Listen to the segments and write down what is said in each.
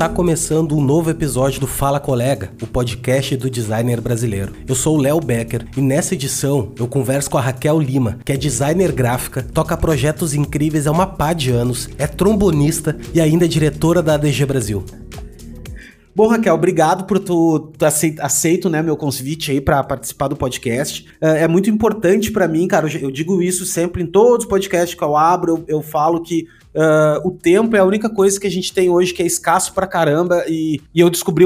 Está começando um novo episódio do Fala Colega, o podcast do designer brasileiro. Eu sou o Léo Becker e nessa edição eu converso com a Raquel Lima, que é designer gráfica, toca projetos incríveis há uma pá de anos, é trombonista e ainda é diretora da ADG Brasil. Bom, Raquel, obrigado por tu aceito, né, meu convite aí para participar do podcast. É muito importante para mim, cara, eu digo isso sempre em todos os podcasts que eu abro, eu falo que o tempo é a única coisa que a gente tem hoje que é escasso pra caramba e eu descobri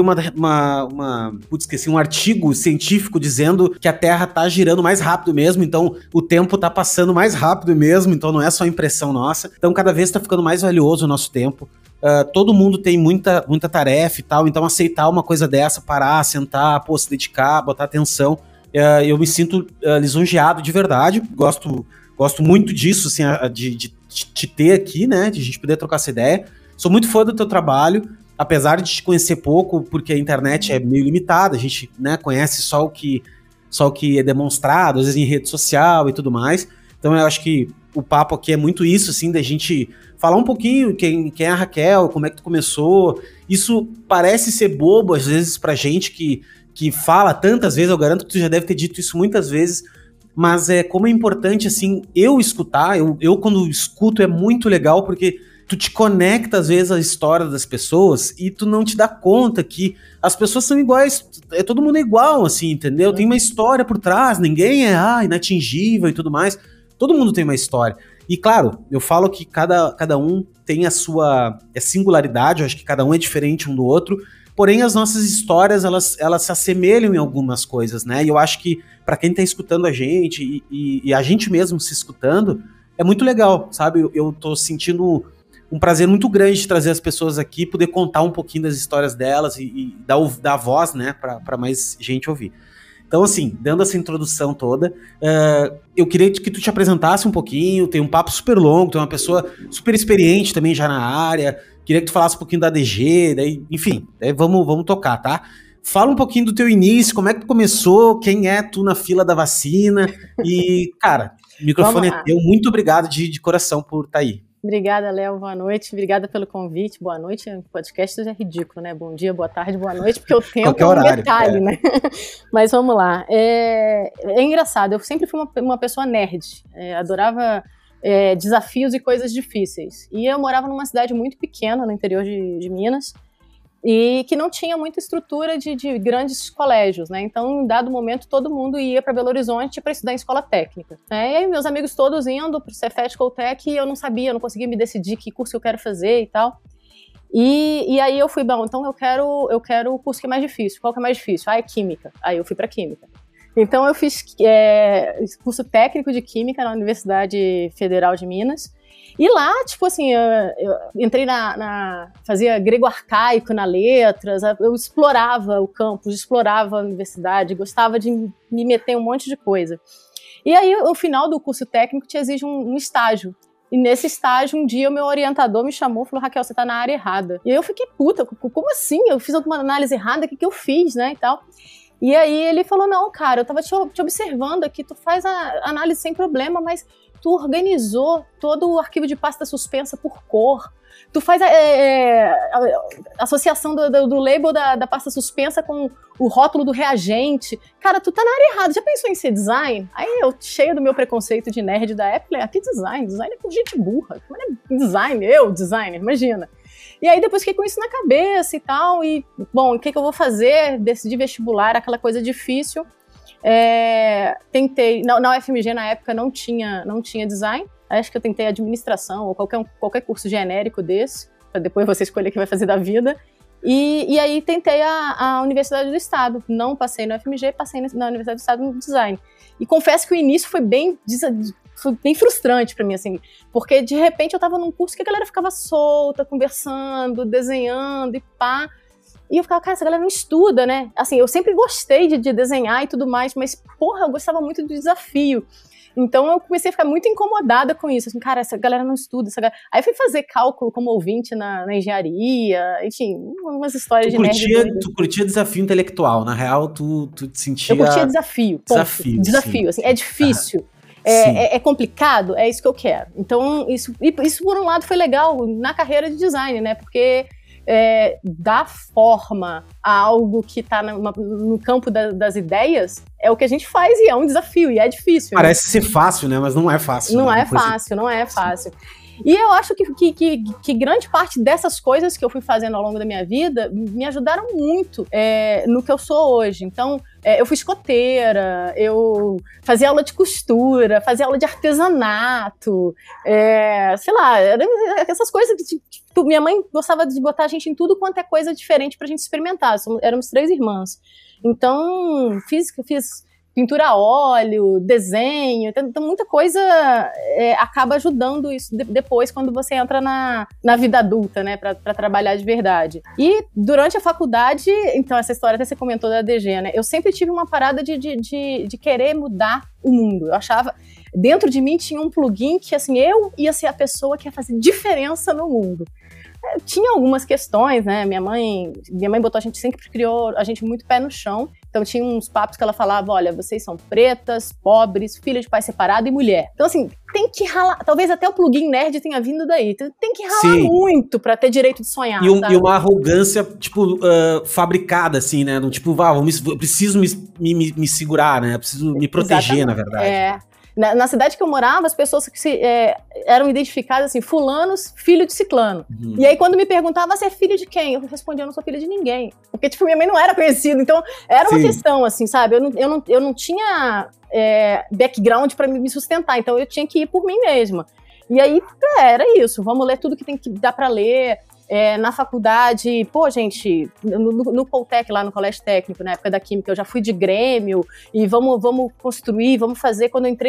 um artigo científico dizendo que a Terra tá girando mais rápido mesmo, então o tempo tá passando mais rápido mesmo, então não é só impressão nossa, então cada vez tá ficando mais valioso o nosso tempo. Todo mundo tem muita tarefa e tal, então aceitar uma coisa dessa, parar, sentar, se dedicar, botar atenção, eu me sinto lisonjeado de verdade, gosto muito disso, assim, de te ter aqui, né, de a gente poder trocar essa ideia. Sou muito fã do teu trabalho, apesar de te conhecer pouco, porque a internet é meio limitada, a gente, né, conhece só o que é demonstrado, às vezes em rede social e tudo mais, então eu acho que o papo aqui é muito isso, assim, da gente falar um pouquinho quem é a Raquel, como é que tu começou. Isso parece ser bobo, às vezes, pra gente que fala tantas vezes, eu garanto que tu já deve ter dito isso muitas vezes, mas como é importante, assim, eu escutar, eu quando escuto é muito legal, porque tu te conecta, às vezes, à história das pessoas e tu não te dá conta que as pessoas são iguais, todo mundo é igual, assim, entendeu? Tem uma história por trás, ninguém é inatingível e tudo mais, todo mundo tem uma história. E claro, eu falo que cada um tem a sua singularidade, eu acho que cada um é diferente um do outro, porém as nossas histórias, elas se assemelham em algumas coisas, né? E eu acho que pra quem tá escutando a gente e a gente mesmo se escutando, é muito legal, sabe? Eu tô sentindo um prazer muito grande de trazer as pessoas aqui, poder contar um pouquinho das histórias delas e dar voz, né, pra mais gente ouvir. Então, assim, dando essa introdução toda, eu queria que tu te apresentasse um pouquinho, tem um papo super longo, tu é uma pessoa super experiente também já na área, queria que tu falasse um pouquinho da ADG, daí, enfim, daí vamos tocar, tá? Fala um pouquinho do teu início, como é que tu começou, quem é tu na fila da vacina e, cara, o microfone é teu, muito obrigado de coração por estar aí. Obrigada, Léo, boa noite, obrigada pelo convite, boa noite, o podcast é ridículo, né, bom dia, boa tarde, boa noite, porque o tempo é um detalhe, né, mas vamos lá, é engraçado, eu sempre fui uma pessoa nerd, adorava desafios e coisas difíceis, e eu morava numa cidade muito pequena, no interior de Minas, e que não tinha muita estrutura de grandes colégios, né? Então, em dado momento, todo mundo ia para Belo Horizonte para estudar em escola técnica, né? E aí, meus amigos todos indo para o Cefet, Coltec, e eu não sabia, eu não conseguia me decidir que curso eu quero fazer e tal. E aí eu fui, bom, então eu quero o curso que é mais difícil. Qual que é mais difícil? É Química. Aí eu fui para Química. Então, eu fiz curso técnico de Química na Universidade Federal de Minas. E lá, tipo assim, eu entrei fazia grego arcaico na letras, eu explorava o campus, explorava a universidade, gostava de me meter em um monte de coisa. E aí, no final do curso técnico, te exige um estágio. E nesse estágio, um dia, o meu orientador me chamou e falou, Raquel, você tá na área errada. E aí eu fiquei, puta, como assim? Eu fiz alguma análise errada, o que eu fiz, né, e tal. E aí ele falou, não, cara, eu tava te observando aqui, tu faz a análise sem problema, mas tu organizou todo o arquivo de pasta suspensa por cor, tu faz a associação do label da pasta suspensa com o rótulo do reagente. Cara, tu tá na área errada, já pensou em ser design? Aí eu, cheia do meu preconceito de nerd da época, falei, que design? Design é com gente burra, como é design? Eu, designer, imagina. E aí depois fiquei com isso na cabeça e tal, e bom, o que eu vou fazer? Decidi vestibular, aquela coisa difícil. Tentei, na UFMG na época não tinha design, acho que eu tentei administração ou qualquer curso genérico desse, para depois você escolher o que vai fazer da vida, e aí tentei a Universidade do Estado, não passei na UFMG, passei na Universidade do Estado no design, e confesso que o início foi bem frustrante pra mim, assim, porque de repente eu tava num curso que a galera ficava solta, conversando, desenhando e pá, e eu ficava, cara, essa galera não estuda, né? Assim, eu sempre gostei de desenhar e tudo mais, mas, porra, eu gostava muito do desafio. Então eu comecei a ficar muito incomodada com isso, assim, cara, essa galera não estuda, Aí eu fui fazer cálculo como ouvinte na engenharia, enfim, umas histórias de nerd. Tu curtia desafio intelectual, na real, tu te sentia... Eu curtia desafio, desafio, assim, é difícil. É complicado, é isso que eu quero. Então, isso por um lado foi legal na carreira de design, né? Porque dar forma a algo que está no campo das ideias é o que a gente faz e é um desafio, e é difícil. Parece ser fácil, né? Mas não é fácil. Não é fácil. E eu acho que grande parte dessas coisas que eu fui fazendo ao longo da minha vida me ajudaram muito no que eu sou hoje. Então, eu fui escoteira, eu fazia aula de costura, fazia aula de artesanato, sei lá, essas coisas que minha mãe gostava de botar a gente em tudo quanto é coisa diferente pra gente experimentar. Éramos 3 irmãs. Então, fiz pintura a óleo, desenho, então muita coisa acaba ajudando isso depois quando você entra na vida adulta, né, para trabalhar de verdade. E durante a faculdade, então essa história até você comentou da DG, né, eu sempre tive uma parada de querer mudar o mundo. Eu achava, dentro de mim tinha um plugin que assim, eu ia ser a pessoa que ia fazer diferença no mundo. Tinha algumas questões, né? Minha mãe botou sempre criou a gente muito pé no chão. Então tinha uns papos que ela falava, olha, vocês são pretas, pobres, filhas de pai separado e mulher. Então assim, tem que ralar, talvez até o plugin nerd tenha vindo daí. Tem que ralar muito pra ter direito de sonhar. E uma arrogância, tipo, fabricada, assim, né? Tipo, eu preciso me segurar, né? Eu preciso me proteger, exatamente, na verdade. Na cidade que eu morava, as pessoas que eram identificadas assim, fulanos, filho de ciclano. Uhum. E aí, quando me perguntavam, você é filho de quem? Eu respondia, eu não sou filha de ninguém. Porque, tipo, minha mãe não era conhecida. Então, era uma questão, assim, sabe? Eu não tinha background pra me sustentar. Então, eu tinha que ir por mim mesma. E aí, era isso. Vamos ler tudo que tem que dar pra ler. Na faculdade, pô, gente, no Poltec, lá no Colégio Técnico, na época da Química, eu já fui de Grêmio, e vamos construir, vamos fazer. Quando eu entrei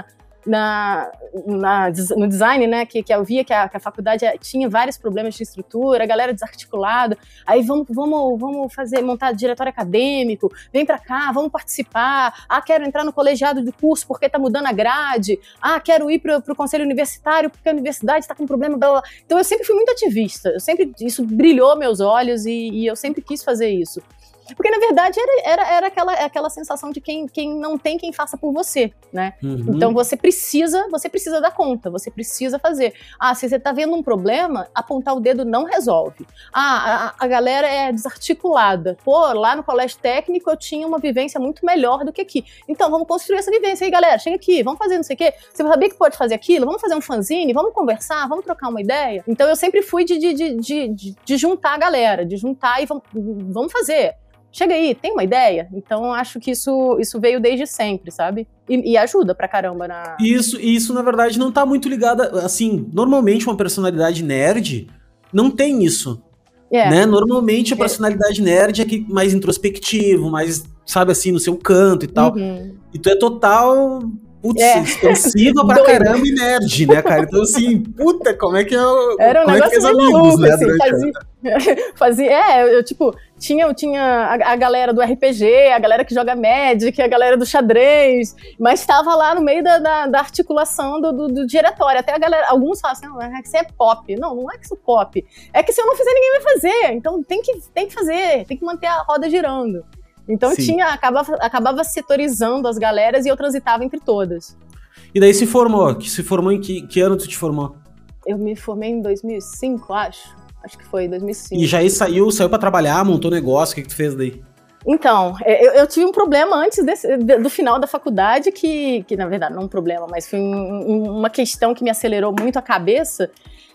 no design, né, que eu via que a faculdade tinha vários problemas de estrutura, a galera desarticulada, aí vamos montar diretório acadêmico, vem pra cá, vamos participar, quero entrar no colegiado do curso porque tá mudando a grade, quero ir pro conselho universitário porque a universidade tá com problema, blá, blá. Então eu sempre fui muito ativista, isso brilhou meus olhos e eu sempre quis fazer isso. Porque, na verdade, era aquela sensação de quem não tem quem faça por você, né? Uhum. Então, você precisa dar conta, você precisa fazer. Se você tá vendo um problema, apontar o dedo não resolve. A galera é desarticulada. Pô, lá no colégio técnico eu tinha uma vivência muito melhor do que aqui. Então, vamos construir essa vivência aí, galera. Chega aqui, vamos fazer não sei o quê. Você sabia que pode fazer aquilo? Vamos fazer um fanzine? Vamos conversar? Vamos trocar uma ideia? Então, eu sempre fui de juntar a galera, de juntar e vamos fazer. Chega aí, tem uma ideia? Então, eu acho que isso veio desde sempre, sabe? E ajuda pra caramba na... Isso, na verdade, não tá muito ligada... Assim, normalmente uma personalidade nerd não tem isso. Né? Normalmente a personalidade nerd é mais introspectivo, mais, sabe assim, no seu canto e tal. Uhum. E tu é total... expansiva pra caramba e nerd, né, cara? Então, assim, como é que era um negócio meio maluco, né, assim, eu, tipo, tinha a galera do RPG, a galera que joga Magic, a galera do xadrez, mas estava lá no meio da articulação do diretório. Até a galera, alguns falam assim, não, é que você é pop. Não é que sou pop. É que se eu não fizer, ninguém vai fazer. Então, tem que fazer, tem que manter a roda girando. Então acabava setorizando as galeras e eu transitava entre todas. E daí se formou em que ano tu te formou? Eu me formei em 2005, acho que foi 2005. E já aí saiu pra trabalhar, montou negócio, o que tu fez daí? Então, eu tive um problema antes do final da faculdade que na verdade não um problema, mas foi uma questão que me acelerou muito a cabeça,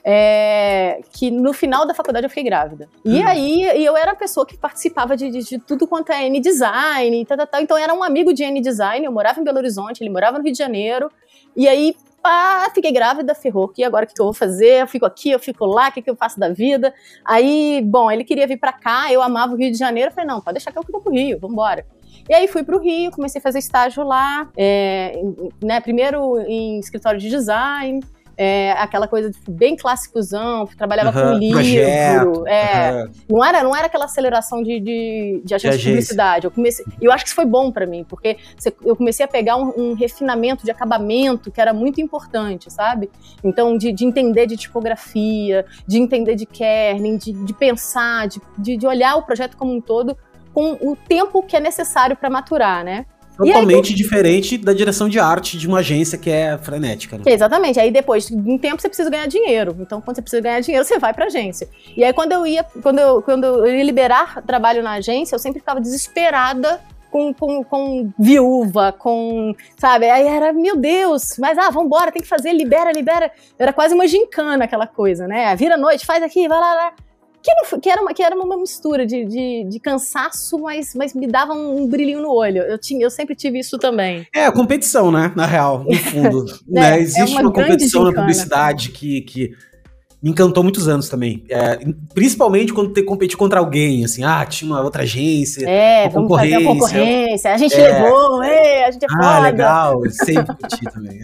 que no final da faculdade eu fiquei grávida. E aí eu era a pessoa que participava de tudo quanto é N-Design, então era um amigo de N-Design, eu morava em Belo Horizonte, ele morava no Rio de Janeiro, e aí fiquei grávida, ferrou, e agora o que eu vou fazer? Eu fico aqui, eu fico lá, o que eu faço da vida? Aí, bom, ele queria vir pra cá, eu amava o Rio de Janeiro, eu falei, não, pode deixar que eu vou pro Rio, vambora. E aí fui pro Rio, comecei a fazer estágio lá, né, primeiro em escritório de design, aquela coisa bem clássicozão, trabalhava com livro, projeto, não era aquela aceleração de agência de publicidade. Eu acho que isso foi bom pra mim, porque eu comecei a pegar um refinamento de acabamento que era muito importante, sabe? Então, de entender de tipografia, de entender de kerning, de pensar, de olhar o projeto como um todo com o tempo que é necessário para maturar, né? Totalmente diferente da direção de arte de uma agência que é frenética, né? Exatamente. Aí depois de um tempo você precisa ganhar dinheiro. Então, quando você precisa ganhar dinheiro, você vai pra agência. E aí, quando eu ia liberar trabalho na agência, eu sempre ficava desesperada com viúva, sabe? Aí era, meu Deus, mas vambora, tem que fazer, libera. Era quase uma gincana aquela coisa, né? Vira a noite, faz aqui, vai lá. Que era uma mistura de cansaço, mas me dava um brilhinho no olho. Eu sempre tive isso também. É a competição, né? Na real, no fundo. Né? Existe uma competição na publicidade que me encantou muitos anos também. Principalmente quando tem que competir contra alguém, assim, tinha uma outra agência, vamos fazer a concorrência, a gente levou, a gente é foda. Legal, eu sempre competi também,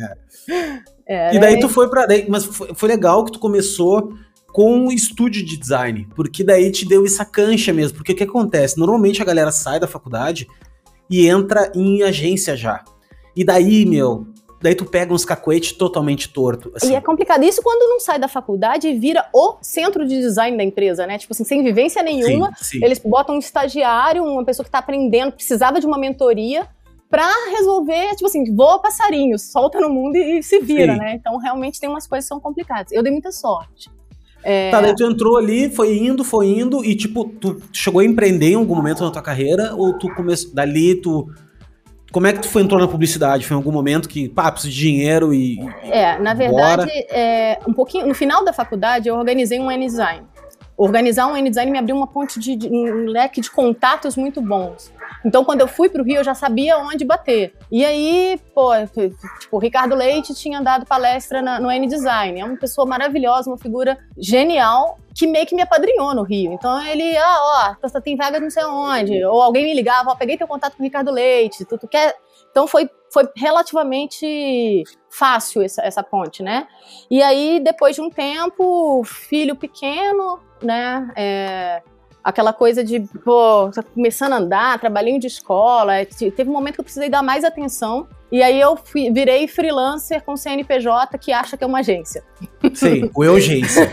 E daí tu foi mas foi legal que tu começou com o estúdio de design, porque daí te deu essa cancha mesmo, porque o que acontece? Normalmente a galera sai da faculdade e entra em agência já, e daí, daí tu pega uns cacuetes totalmente torto. Assim. E é complicado. Isso quando não sai da faculdade e vira o centro de design da empresa, né? Tipo assim, sem vivência nenhuma, sim. Eles botam um estagiário, uma pessoa que tá aprendendo, precisava de uma mentoria pra resolver, tipo assim, voa passarinho, solta no mundo e se vira, né? Então, realmente tem umas coisas que são complicadas. Eu dei muita sorte. Daí tu entrou ali, foi indo, e tipo, tu chegou a empreender em algum momento na tua carreira, ou tu começou, como é que tu entrou na publicidade? Foi em algum momento que, preciso de dinheiro e na verdade, um pouquinho, no final da faculdade, eu organizei um N-Design. Organizar um N-Design me abriu uma ponte um leque de contatos muito bons. Então, quando eu fui pro Rio, eu já sabia onde bater. E aí, o Ricardo Leite tinha dado palestra no N-Design. É uma pessoa maravilhosa, uma figura genial, que meio que me apadrinhou no Rio. Então, ele, tem vaga não sei onde. Ou alguém me ligava, peguei teu contato com o Ricardo Leite, tu quer... Então, foi relativamente fácil essa ponte, né? E aí, depois de um tempo, filho pequeno, né? Aquela coisa de, tá começando a andar, trabalhinho de escola. Teve um momento que eu precisei dar mais atenção. E aí eu virei freelancer com CNPJ que acha que é uma agência. Sim, o agência.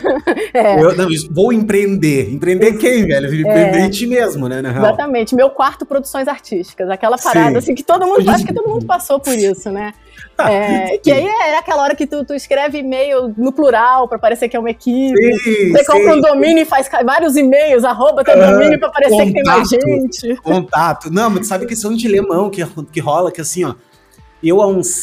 Vou empreender. Empreender quem, velho? Empreender em ti mesmo, né, na real? Exatamente. Meu quarto produções artísticas. Aquela parada, assim, que todo mundo, acho que todo mundo passou por isso, né? Que aí era aquela hora que tu escreve e-mail no plural pra parecer que é uma equipe. Você compra um domínio e faz vários e-mails, teu domínio pra parecer que tem mais gente. Contato. Não, mas sabe que isso é um dilemão que rola, que assim, eu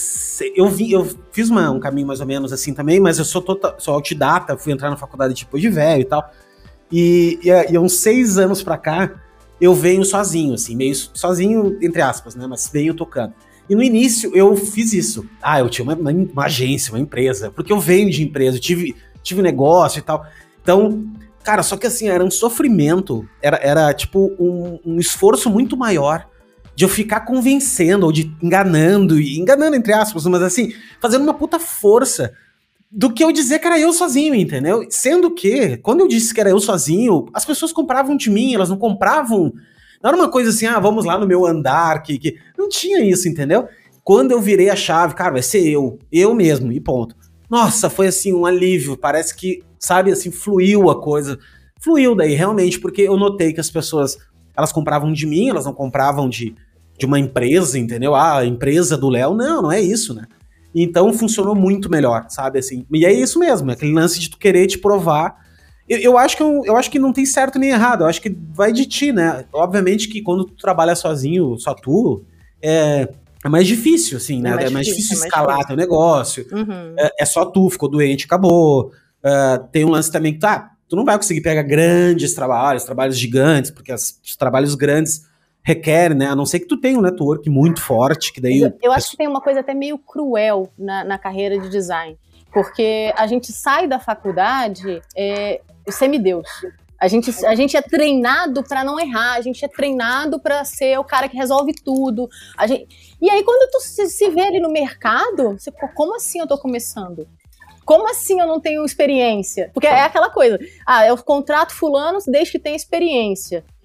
fiz um caminho mais ou menos assim também, mas eu sou autodidata, fui entrar na faculdade depois de velho e tal. E há uns 6 anos pra cá, eu venho sozinho, assim, meio sozinho, entre aspas, né? Mas venho tocando. E no início eu fiz isso. Eu tinha uma agência, uma empresa, porque eu venho de empresa, eu tive negócio e tal. Então, cara, só que assim, era um sofrimento, era tipo um esforço muito maior de eu ficar convencendo, ou de enganando entre aspas, mas assim, fazendo uma puta força, do que eu dizer que era eu sozinho, entendeu? Sendo que, quando eu disse que era eu sozinho, as pessoas compravam de mim, elas não compravam... Não era uma coisa assim, vamos lá no meu andar, que... Não tinha isso, entendeu? Quando eu virei a chave, cara, vai ser eu mesmo, e ponto. Nossa, foi assim, um alívio, parece que, sabe, assim, fluiu a coisa. Fluiu daí, realmente, porque eu notei que as pessoas, elas compravam de mim, elas não compravam de uma empresa, entendeu? A empresa do Léo, não é isso, né? Então funcionou muito melhor, sabe, assim. E é isso mesmo, é aquele lance de tu querer te provar. Eu acho que não tem certo nem errado, eu acho que vai de ti, né? Obviamente que quando tu trabalha sozinho, só tu, é mais difícil, assim, né? É mais difícil escalar teu negócio. Uhum. É só tu, ficou doente, acabou. Tem um lance também que, tu não vai conseguir pegar grandes trabalhos gigantes, porque os trabalhos grandes requerem, né? A não ser que tu tenha um network muito forte, que daí... Eu acho que tem uma coisa até meio cruel na carreira de design, porque a gente sai da faculdade semideus. A gente é treinado para não errar, a gente é treinado para ser o cara que resolve tudo. E aí, quando tu se vê ali no mercado, você, como assim eu tô começando? Como assim eu não tenho experiência? Porque é aquela coisa, eu contrato fulanos desde que tenha experiência.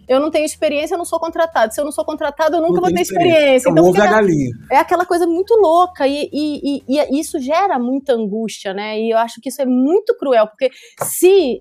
eu não tenho experiência, eu não sou contratado. Se eu não sou contratado, eu nunca vou ter experiência. Então, ovo é a galinha. É aquela coisa muito louca e isso gera muita angústia, né? E eu acho que isso é muito cruel, porque se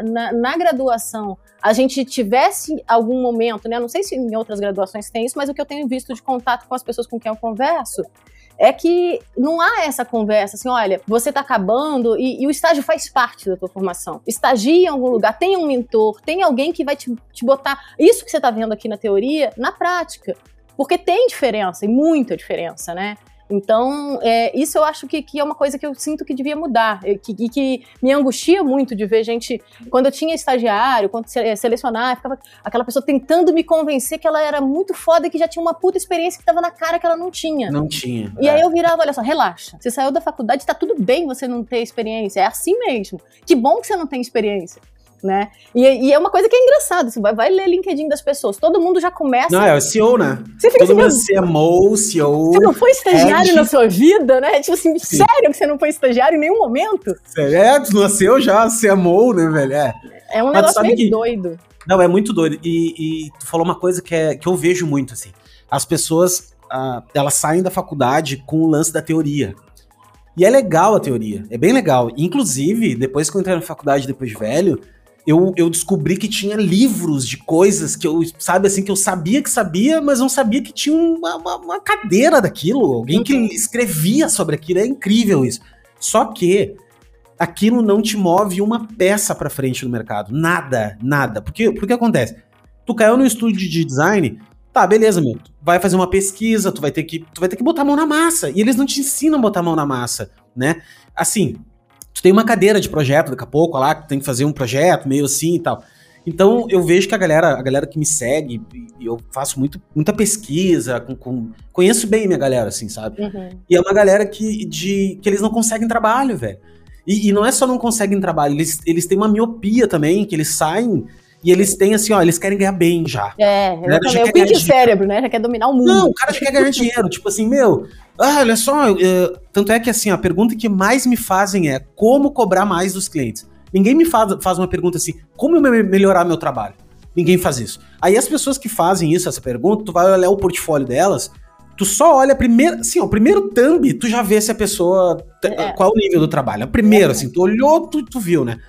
na graduação a gente tivesse algum momento, né? Não sei se em outras graduações tem isso, mas o que eu tenho visto de contato com as pessoas com quem eu converso é que não há essa conversa assim, olha, você tá acabando e o estágio faz parte da tua formação. Estagie em algum lugar, tem um mentor, tem alguém que vai te botar isso que você tá vendo aqui na teoria, na prática. Porque tem diferença, e muita diferença, né? Então, isso eu acho que é uma coisa que eu sinto que devia mudar, que me angustia muito de ver gente, quando eu tinha estagiário, quando selecionar, ficava aquela pessoa tentando me convencer que ela era muito foda e que já tinha uma puta experiência que tava na cara que ela não tinha. Não tinha. E aí eu virava, olha só, relaxa, você saiu da faculdade, tá tudo bem você não ter experiência, é assim mesmo. Que bom que você não tem experiência. Né? E é uma coisa que é engraçada, assim, vai ler LinkedIn das pessoas, todo mundo já começa... Não, é o CEO, né? Você fica todo assim, mundo CMO, CEO... Você não foi estagiário na sua vida, né? Tipo assim, sim. Sério que você não foi estagiário em nenhum momento? Sério, tu nasceu já CMO, né, velho? É um negócio meio doido. Não, é muito doido. E tu falou uma coisa que eu vejo muito, assim. As pessoas, elas saem da faculdade com o lance da teoria. E é legal a teoria, é bem legal. Inclusive, depois que eu entrei na faculdade, depois de velho... Eu descobri que tinha livros de coisas que eu, sabe, assim, que eu sabia que sabia, mas não sabia que tinha uma cadeira daquilo, alguém que escrevia sobre aquilo, é incrível isso. Só que aquilo não te move uma peça pra frente no mercado, nada. Porque acontece? Tu caiu no estúdio de design, tá, beleza, meu, tu vai fazer uma pesquisa, tu vai ter que botar a mão na massa, e eles não te ensinam a botar a mão na massa, né? Assim... Tu tem uma cadeira de projeto daqui a pouco lá, que tem que fazer um projeto meio assim e tal. Então eu vejo que a galera que me segue, eu faço muita pesquisa, conheço bem minha galera, assim, sabe? Uhum. E é uma galera que eles não conseguem trabalho, velho. E não é só não conseguem trabalho, eles têm uma miopia também, que eles saem e eles têm assim, ó, eles querem ganhar bem já. Eu pinto o cérebro, né? Já quer dominar o mundo. Não, o cara já quer ganhar dinheiro, tipo assim, meu... olha só, tanto é que assim, a pergunta que mais me fazem é como cobrar mais dos clientes. Ninguém me faz uma pergunta assim, como eu melhorar meu trabalho? Ninguém faz isso. Aí as pessoas que fazem isso, essa pergunta, tu vai olhar o portfólio delas, tu só olha o primeiro thumb, tu já vê se a pessoa, qual é o nível do trabalho. Primeiro, assim, tu olhou, tu viu, né?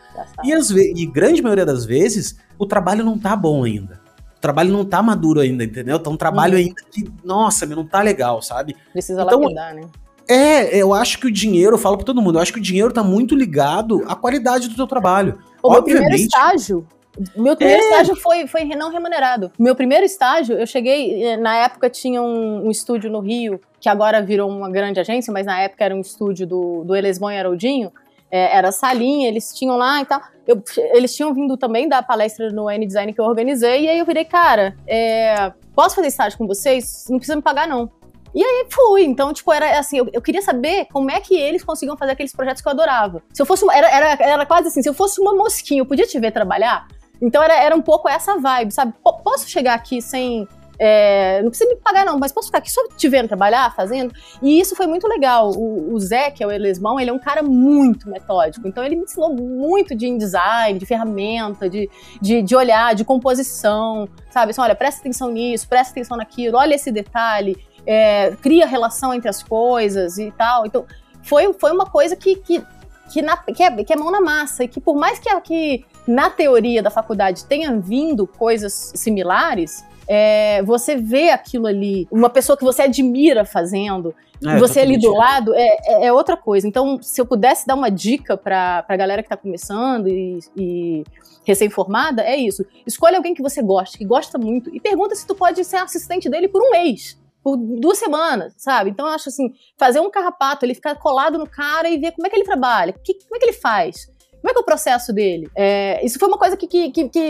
E grande maioria das vezes, o trabalho não tá bom ainda. O trabalho não tá maduro ainda, entendeu? Então, um trabalho ainda que, nossa, não tá legal, sabe? Precisa lapidar, né? Eu acho que o dinheiro, eu falo pra todo mundo, eu acho que o dinheiro tá muito ligado à qualidade do teu trabalho. Meu primeiro estágio foi não remunerado. Meu primeiro estágio, eu cheguei, na época tinha um estúdio no Rio, que agora virou uma grande agência, mas na época era um estúdio do Elesbon e Haroldinho, era salinha, eles tinham lá e tal. Eles tinham vindo também da palestra no N-Design que eu organizei, e aí eu virei, cara, posso fazer estágio com vocês? Não precisa me pagar, não. E aí fui, então, tipo, era assim, eu queria saber como é que eles conseguiam fazer aqueles projetos que eu adorava. Se eu fosse, era quase assim, se eu fosse uma mosquinha, eu podia te ver trabalhar? Então era um pouco essa vibe, sabe? Posso chegar aqui sem... não precisa me pagar não, mas posso ficar aqui só te vendo trabalhar, fazendo? E isso foi muito legal. O Zé, que é o Elesmão, ele é um cara muito metódico, então ele me ensinou muito de InDesign, de ferramenta, de olhar, de composição, sabe? Assim, olha, presta atenção nisso, presta atenção naquilo, olha esse detalhe, cria relação entre as coisas e tal. Então foi uma coisa que é mão na massa, e que por mais que na teoria da faculdade tenha vindo coisas similares, você vê aquilo ali, uma pessoa que você admira fazendo, você ali do lado, é outra coisa. Então, se eu pudesse dar uma dica pra galera que tá começando e recém-formada, é isso. Escolhe alguém que você gosta, que gosta muito, e pergunta se tu pode ser assistente dele por um mês, por 2 semanas, sabe? Então, eu acho assim, fazer um carrapato, ele ficar colado no cara e ver como é que ele trabalha, como é que ele faz. Como é que é o processo dele? Isso foi uma coisa que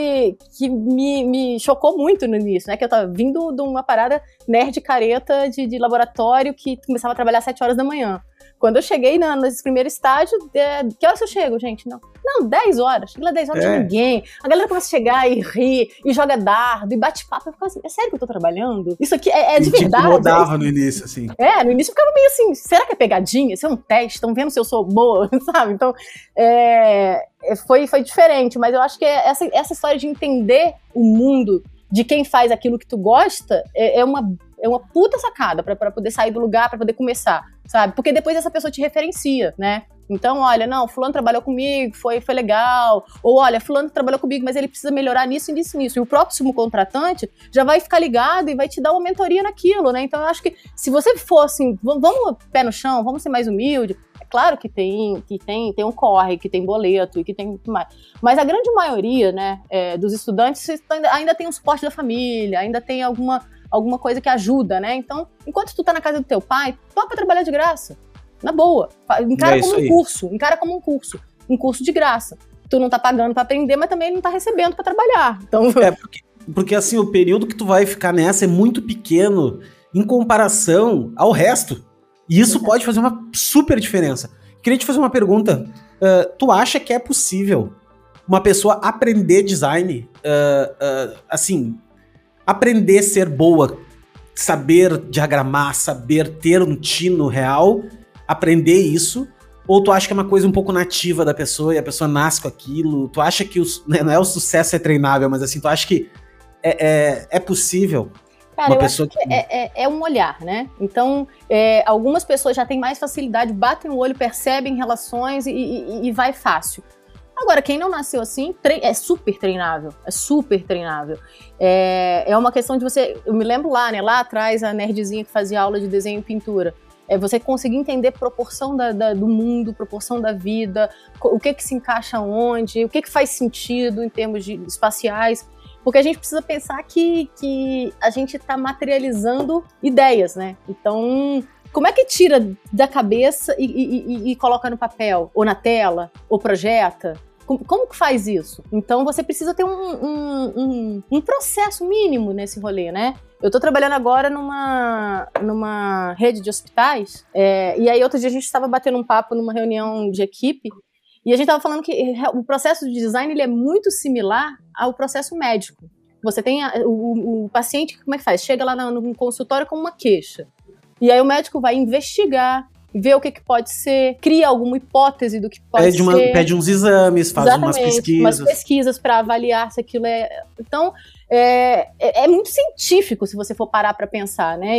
me chocou muito no início, né? Que eu tava vindo de uma parada nerd careta de laboratório que começava a trabalhar às 7 horas da manhã. Quando eu cheguei nesse primeiro estágio, que horas eu chego, gente? Não, 10 horas. Cheguei lá 10 horas, não tinha ninguém. A galera começa a chegar e rir, e joga dardo, e bate papo. Eu ficava assim, é sério que eu tô trabalhando? Isso aqui é de verdade? Eu rodava no início, assim. No início eu ficava meio assim, será que é pegadinha? Isso é um teste? Estão vendo se eu sou boa, sabe? Então, foi diferente. Mas eu acho que essa história de entender o mundo de quem faz aquilo que tu gosta, é uma puta sacada pra poder sair do lugar, pra poder começar, sabe? Porque depois essa pessoa te referencia, né? Então, olha, não, fulano trabalhou comigo, foi legal. Ou, olha, fulano trabalhou comigo, mas ele precisa melhorar nisso e nisso, nisso. E o próximo contratante já vai ficar ligado e vai te dar uma mentoria naquilo, né? Então, eu acho que se você for assim, vamos pé no chão, vamos ser mais humilde. É claro que tem um corre, que tem boleto e que tem muito mais. Mas a grande maioria, né, dos estudantes ainda tem um suporte da família, ainda tem alguma coisa que ajuda, né? Então, enquanto tu tá na casa do teu pai, topa trabalhar de graça. Na boa. Encara como um curso. Um curso de graça. Tu não tá pagando pra aprender, mas também não tá recebendo pra trabalhar. Então... Porque assim, o período que tu vai ficar nessa é muito pequeno em comparação ao resto. E isso pode fazer uma super diferença. Queria te fazer uma pergunta. Tu acha que é possível uma pessoa aprender design, assim, aprender a ser boa, saber diagramar, saber ter um tino real, aprender isso? Ou tu acha que é uma coisa um pouco nativa da pessoa e a pessoa nasce com aquilo? Tu acha que não é o sucesso é treinável, mas assim, tu acha que é possível? Cara, eu acho que é um olhar, né? Então, algumas pessoas já têm mais facilidade, batem o olho, percebem relações e vai fácil. Agora, quem não nasceu assim, é super treinável. É super treinável. É uma questão de você... Eu me lembro lá, né? Lá atrás, a nerdzinha que fazia aula de desenho e pintura. Você conseguir entender proporção do mundo, proporção da vida, o que se encaixa onde, o que faz sentido em termos espaciais. Porque a gente precisa pensar que a gente está materializando ideias, né? Então, como é que tira da cabeça e coloca no papel? Ou na tela? Ou projeta? Como que faz isso? Então, você precisa ter um processo mínimo nesse rolê, né? Eu tô trabalhando agora numa rede de hospitais, e aí outro dia a gente estava batendo um papo numa reunião de equipe, e a gente estava falando que o processo de design ele é muito similar ao processo médico. Você tem o paciente, como é que faz? Chega lá no consultório com uma queixa. E aí o médico vai investigar, ver o que pode ser, cria alguma hipótese do que pode ser. Pede uns exames, faz umas pesquisas para avaliar se aquilo é... Então, é muito científico se você for parar para pensar, né?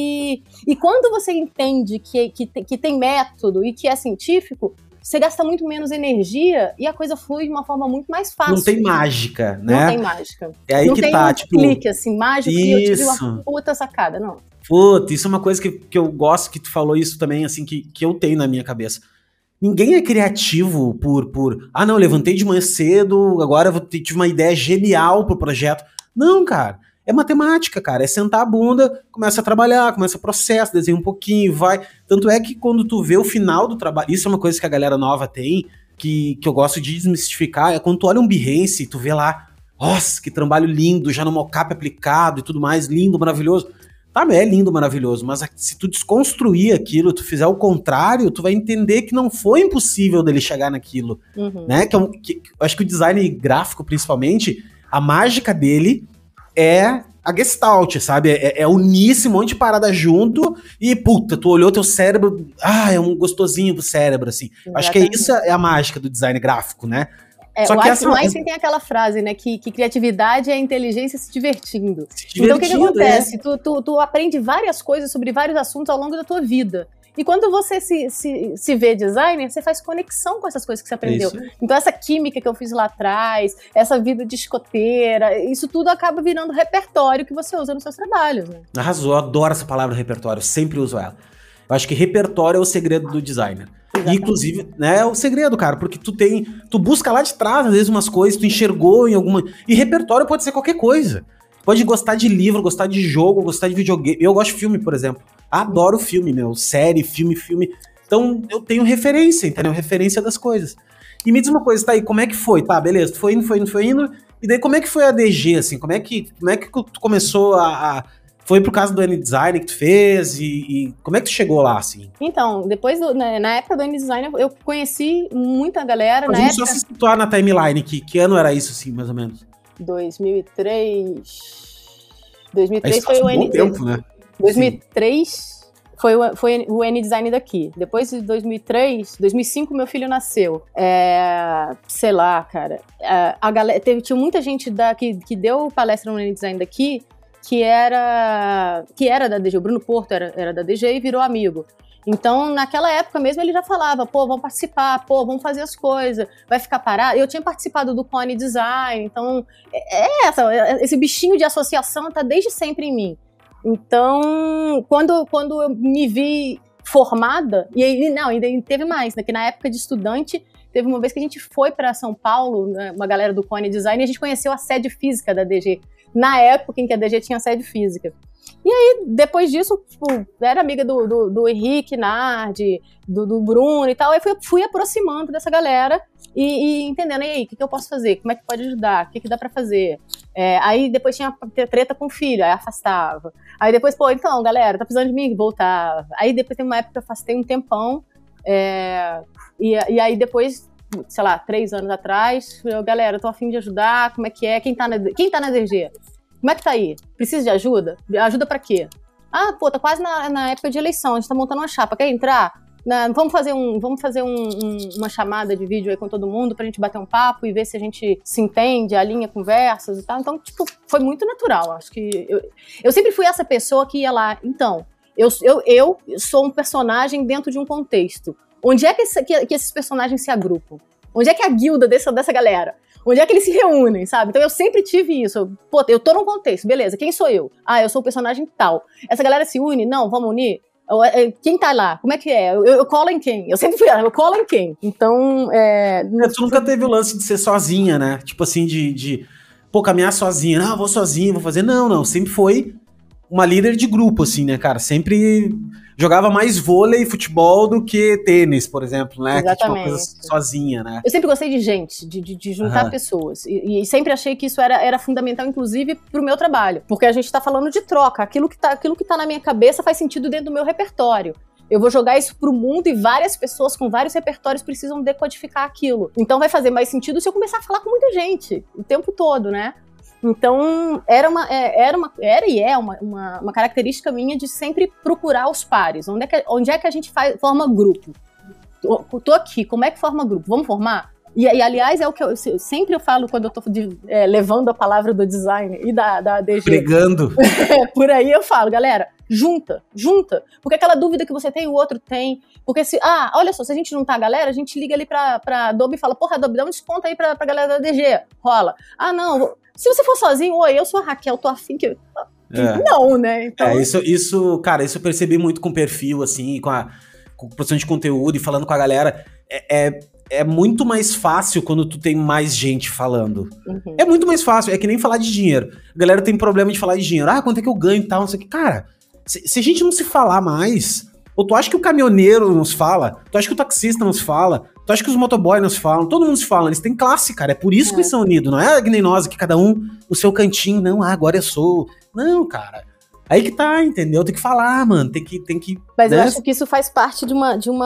E quando você entende que tem método e que é científico, você gasta muito menos energia e a coisa flui de uma forma muito mais fácil. Não tem mágica, né? Não tem mágica. É aí não que tem tá, um clique assim, mágico isso. E eu tive uma puta sacada, não. Puta, isso é uma coisa que eu gosto, que tu falou isso também, assim, que eu tenho na minha cabeça. Ninguém é criativo por não, levantei de manhã cedo, agora tive uma ideia genial pro projeto. Não, cara. É matemática, cara. É sentar a bunda, começa a trabalhar, começa o processo, desenha um pouquinho, vai. Tanto é que quando tu vê o final do trabalho, isso é uma coisa que a galera nova tem, que eu gosto de desmistificar, é quando tu olha um Behance, tu vê lá, nossa, que trabalho lindo, já no mockup aplicado e tudo mais, lindo, maravilhoso. Tá, é lindo, maravilhoso, mas se tu desconstruir aquilo, tu fizer o contrário, tu vai entender que não foi impossível dele chegar naquilo, né? Eu acho que o design gráfico, principalmente, a mágica dele é a Gestalt, sabe? É unir esse monte de parada junto e, puta, tu olhou teu cérebro, é um gostosinho pro cérebro, assim. Exatamente. Acho que isso é a mágica do design gráfico, né? Só que o Einstein tem aquela frase, né, que criatividade é a inteligência se divertindo. Então, o que acontece? Tu aprende várias coisas sobre vários assuntos ao longo da tua vida. E quando você se vê designer, você faz conexão com essas coisas que você aprendeu. Isso. Então essa química que eu fiz lá atrás, essa vida de escoteira, isso tudo acaba virando repertório que você usa nos seus trabalhos, né? Arrasou, eu adoro essa palavra repertório, sempre uso ela. Eu acho que repertório é o segredo do designer. E, inclusive, né, é o segredo, cara, porque tu busca lá de trás, às vezes, umas coisas, tu enxergou em alguma... E repertório pode ser qualquer coisa. Pode gostar de livro, gostar de jogo, gostar de videogame. Eu gosto de filme, por exemplo. Adoro filme, série, filme. Então, eu tenho referência, entendeu? Referência das coisas. E me diz uma coisa, tá aí, como é que foi? Tá, beleza, tu foi indo. E daí, como é que foi a DG, assim? Como é que tu começou a... Foi por causa do N-Design que tu fez? E como é que tu chegou lá, assim? Então, depois, na época do N-Design, eu conheci muita galera. Mas vamos só se situar na timeline, que ano era isso, assim, mais ou menos? 2003 foi o N-Design. Tempo, né? 2003 Foi o N-Design daqui. Depois de 2005, meu filho nasceu. Sei lá, cara. A galera, tinha muita gente que deu palestra no N-Design daqui que era da DG. O Bruno Porto era da DG e virou amigo. Então, naquela época mesmo, ele já falava, pô, vamos participar, pô, vamos fazer as coisas, vai ficar parado. Eu tinha participado do Cone Design, então, esse bichinho de associação tá desde sempre em mim. Então, quando eu me vi formada, e aí, não, ainda teve mais, né, que na época de estudante, teve uma vez que a gente foi para São Paulo, né, uma galera do Cone Design, e a gente conheceu a sede física da DG, na época em que a DG tinha sede física. E aí, depois disso, tipo, era amiga do Henrique Nardi, do Bruno e tal, aí fui aproximando dessa galera e entendendo, e aí, o que eu posso fazer? Como é que pode ajudar? O que dá pra fazer? Aí depois tinha treta com o filho, aí afastava. Aí depois, pô, então, galera, tá precisando de mim? Voltava. Aí depois tem uma época que eu afastei um tempão, e aí depois, sei lá, 3 anos atrás, galera, eu tô a fim de ajudar, como é que é? Quem tá na DG? Como é que tá aí? Precisa de ajuda? Ajuda pra quê? Ah, pô, tá quase na época de eleição, a gente tá montando uma chapa, quer entrar? Vamos fazer uma chamada de vídeo aí com todo mundo pra gente bater um papo e ver se a gente se entende, alinha conversas e tal. Então, tipo, foi muito natural. Acho que eu sempre fui essa pessoa que ia lá. Então, eu sou um personagem dentro de um contexto. Onde é que esses personagens se agrupam? Onde é que é a guilda dessa galera? Onde é que eles se reúnem, sabe? Então eu sempre tive isso. Pô, eu tô num contexto, beleza, quem sou eu? Ah, eu sou o personagem tal. Essa galera se une? Não, vamos unir? Quem tá lá? Como é que é? Eu colo em quem? Eu sempre fui eu colo em quem? Então, tu nunca teve o lance de ser sozinha, né? Tipo assim, pô, caminhar sozinha. Não, eu vou sozinha, vou fazer. Não, sempre foi uma líder de grupo, assim, né, cara? Sempre jogava mais vôlei e futebol do que tênis, por exemplo, né? Exatamente. Que tipo uma coisa sozinha, né? Eu sempre gostei de gente, de juntar pessoas. E sempre achei que isso era fundamental, inclusive, pro meu trabalho. Porque a gente tá falando de troca. Aquilo que tá na minha cabeça faz sentido dentro do meu repertório. Eu vou jogar isso pro mundo e várias pessoas com vários repertórios precisam decodificar aquilo. Então vai fazer mais sentido se eu começar a falar com muita gente o tempo todo, né? Então, era e é uma característica minha de sempre procurar os pares. Onde é que a gente forma grupo? Tô aqui, como é que forma grupo? Vamos formar? E aliás, é o que eu sempre falo quando eu tô levando a palavra do design e da DG. Brigando. Por aí eu falo, galera, junta. Porque aquela dúvida que você tem, o outro tem. Porque olha só, se a gente juntar a galera, a gente liga ali pra Adobe e fala, porra, Adobe, dá um desconto aí pra galera da DG. Rola. Ah, não, se você for sozinho, oi, eu sou a Raquel, tô afim que... Não, né? Então... Isso, cara, isso eu percebi muito com o perfil, assim, com produção de conteúdo e falando com a galera. É muito mais fácil quando tu tem mais gente falando. Uhum. É muito mais fácil, é que nem falar de dinheiro. A galera tem problema de falar de dinheiro. Ah, quanto é que eu ganho e tal, não sei o que. Cara, se a gente não se falar mais... Ou tu acha que o caminhoneiro nos fala? Tu acha que o taxista nos fala? Tu acha que os motoboys nos falam? Todo mundo se fala, eles têm classe, cara. É por isso que eles são unidos. Não é que nem nós, que cada um no seu cantinho. Não, agora eu sou... Não, cara. Aí que tá, entendeu? Tem que falar, mano. Tem que Mas eu acho que isso faz parte de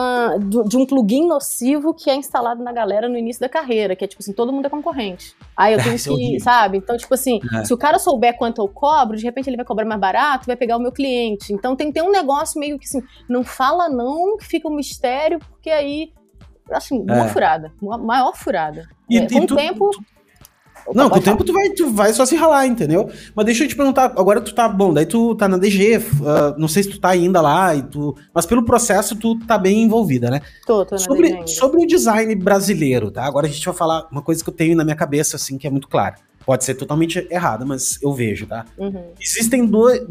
um plugin nocivo que é instalado na galera no início da carreira, que é tipo assim, todo mundo é concorrente. Aí eu tenho que, sabe? Então, tipo assim, se o cara souber quanto eu cobro, de repente ele vai cobrar mais barato, vai pegar o meu cliente. Então tem que ter um negócio meio que assim, não fala não, que fica um mistério, porque aí, assim, uma furada. Uma maior furada. Com o tempo... Não, com o tempo tu vai só se ralar, entendeu? Mas deixa eu te perguntar, agora tu tá, bom, daí tu tá na DG, não sei se tu tá ainda lá, mas pelo processo tu tá bem envolvida, né? Tô na DG ainda. Sobre o design brasileiro, tá? Agora a gente vai falar uma coisa que eu tenho na minha cabeça, assim, que é muito clara. Pode ser totalmente errada, mas eu vejo, tá? Uhum. Existem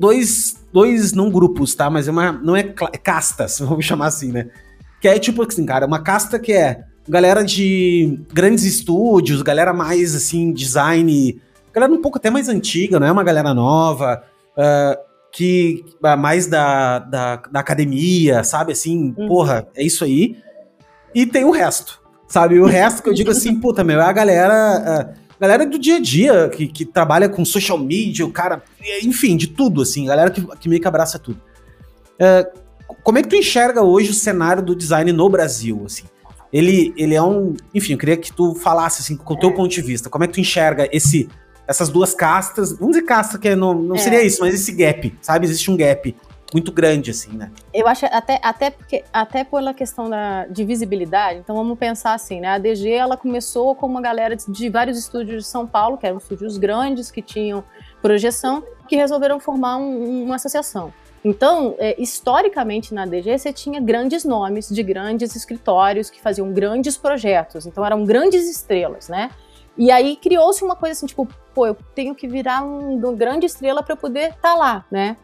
dois não grupos, tá? Mas não é castas, vamos chamar assim, né? Que é tipo assim, cara, uma casta que é galera de grandes estúdios, galera mais, assim, design... Galera um pouco até mais antiga, não é uma galera nova, que mais da academia, sabe? Assim, porra, é isso aí. E tem o resto, sabe? O resto que eu digo assim, puta, meu, é a galera do dia a dia, que trabalha com social media, o cara... Enfim, de tudo, assim, galera que meio que abraça tudo. Como é que tu enxerga hoje o cenário do design no Brasil, assim? Ele é um... Enfim, eu queria que tu falasse, assim, com o teu ponto de vista. Como é que tu enxerga essas duas castas? Vamos dizer casta, que não seria isso, mas esse gap, sabe? Existe um gap. muito grande, assim, né? Eu acho até pela questão de visibilidade, então vamos pensar assim, né? A DG, ela começou com uma galera de vários estúdios de São Paulo, que eram estúdios grandes, que tinham projeção, que resolveram formar uma associação. Então, historicamente na DG, você tinha grandes nomes de grandes escritórios que faziam grandes projetos, então eram grandes estrelas, né? E aí criou-se uma coisa assim, tipo, pô, eu tenho que virar uma grande estrela para eu poder estar lá, né?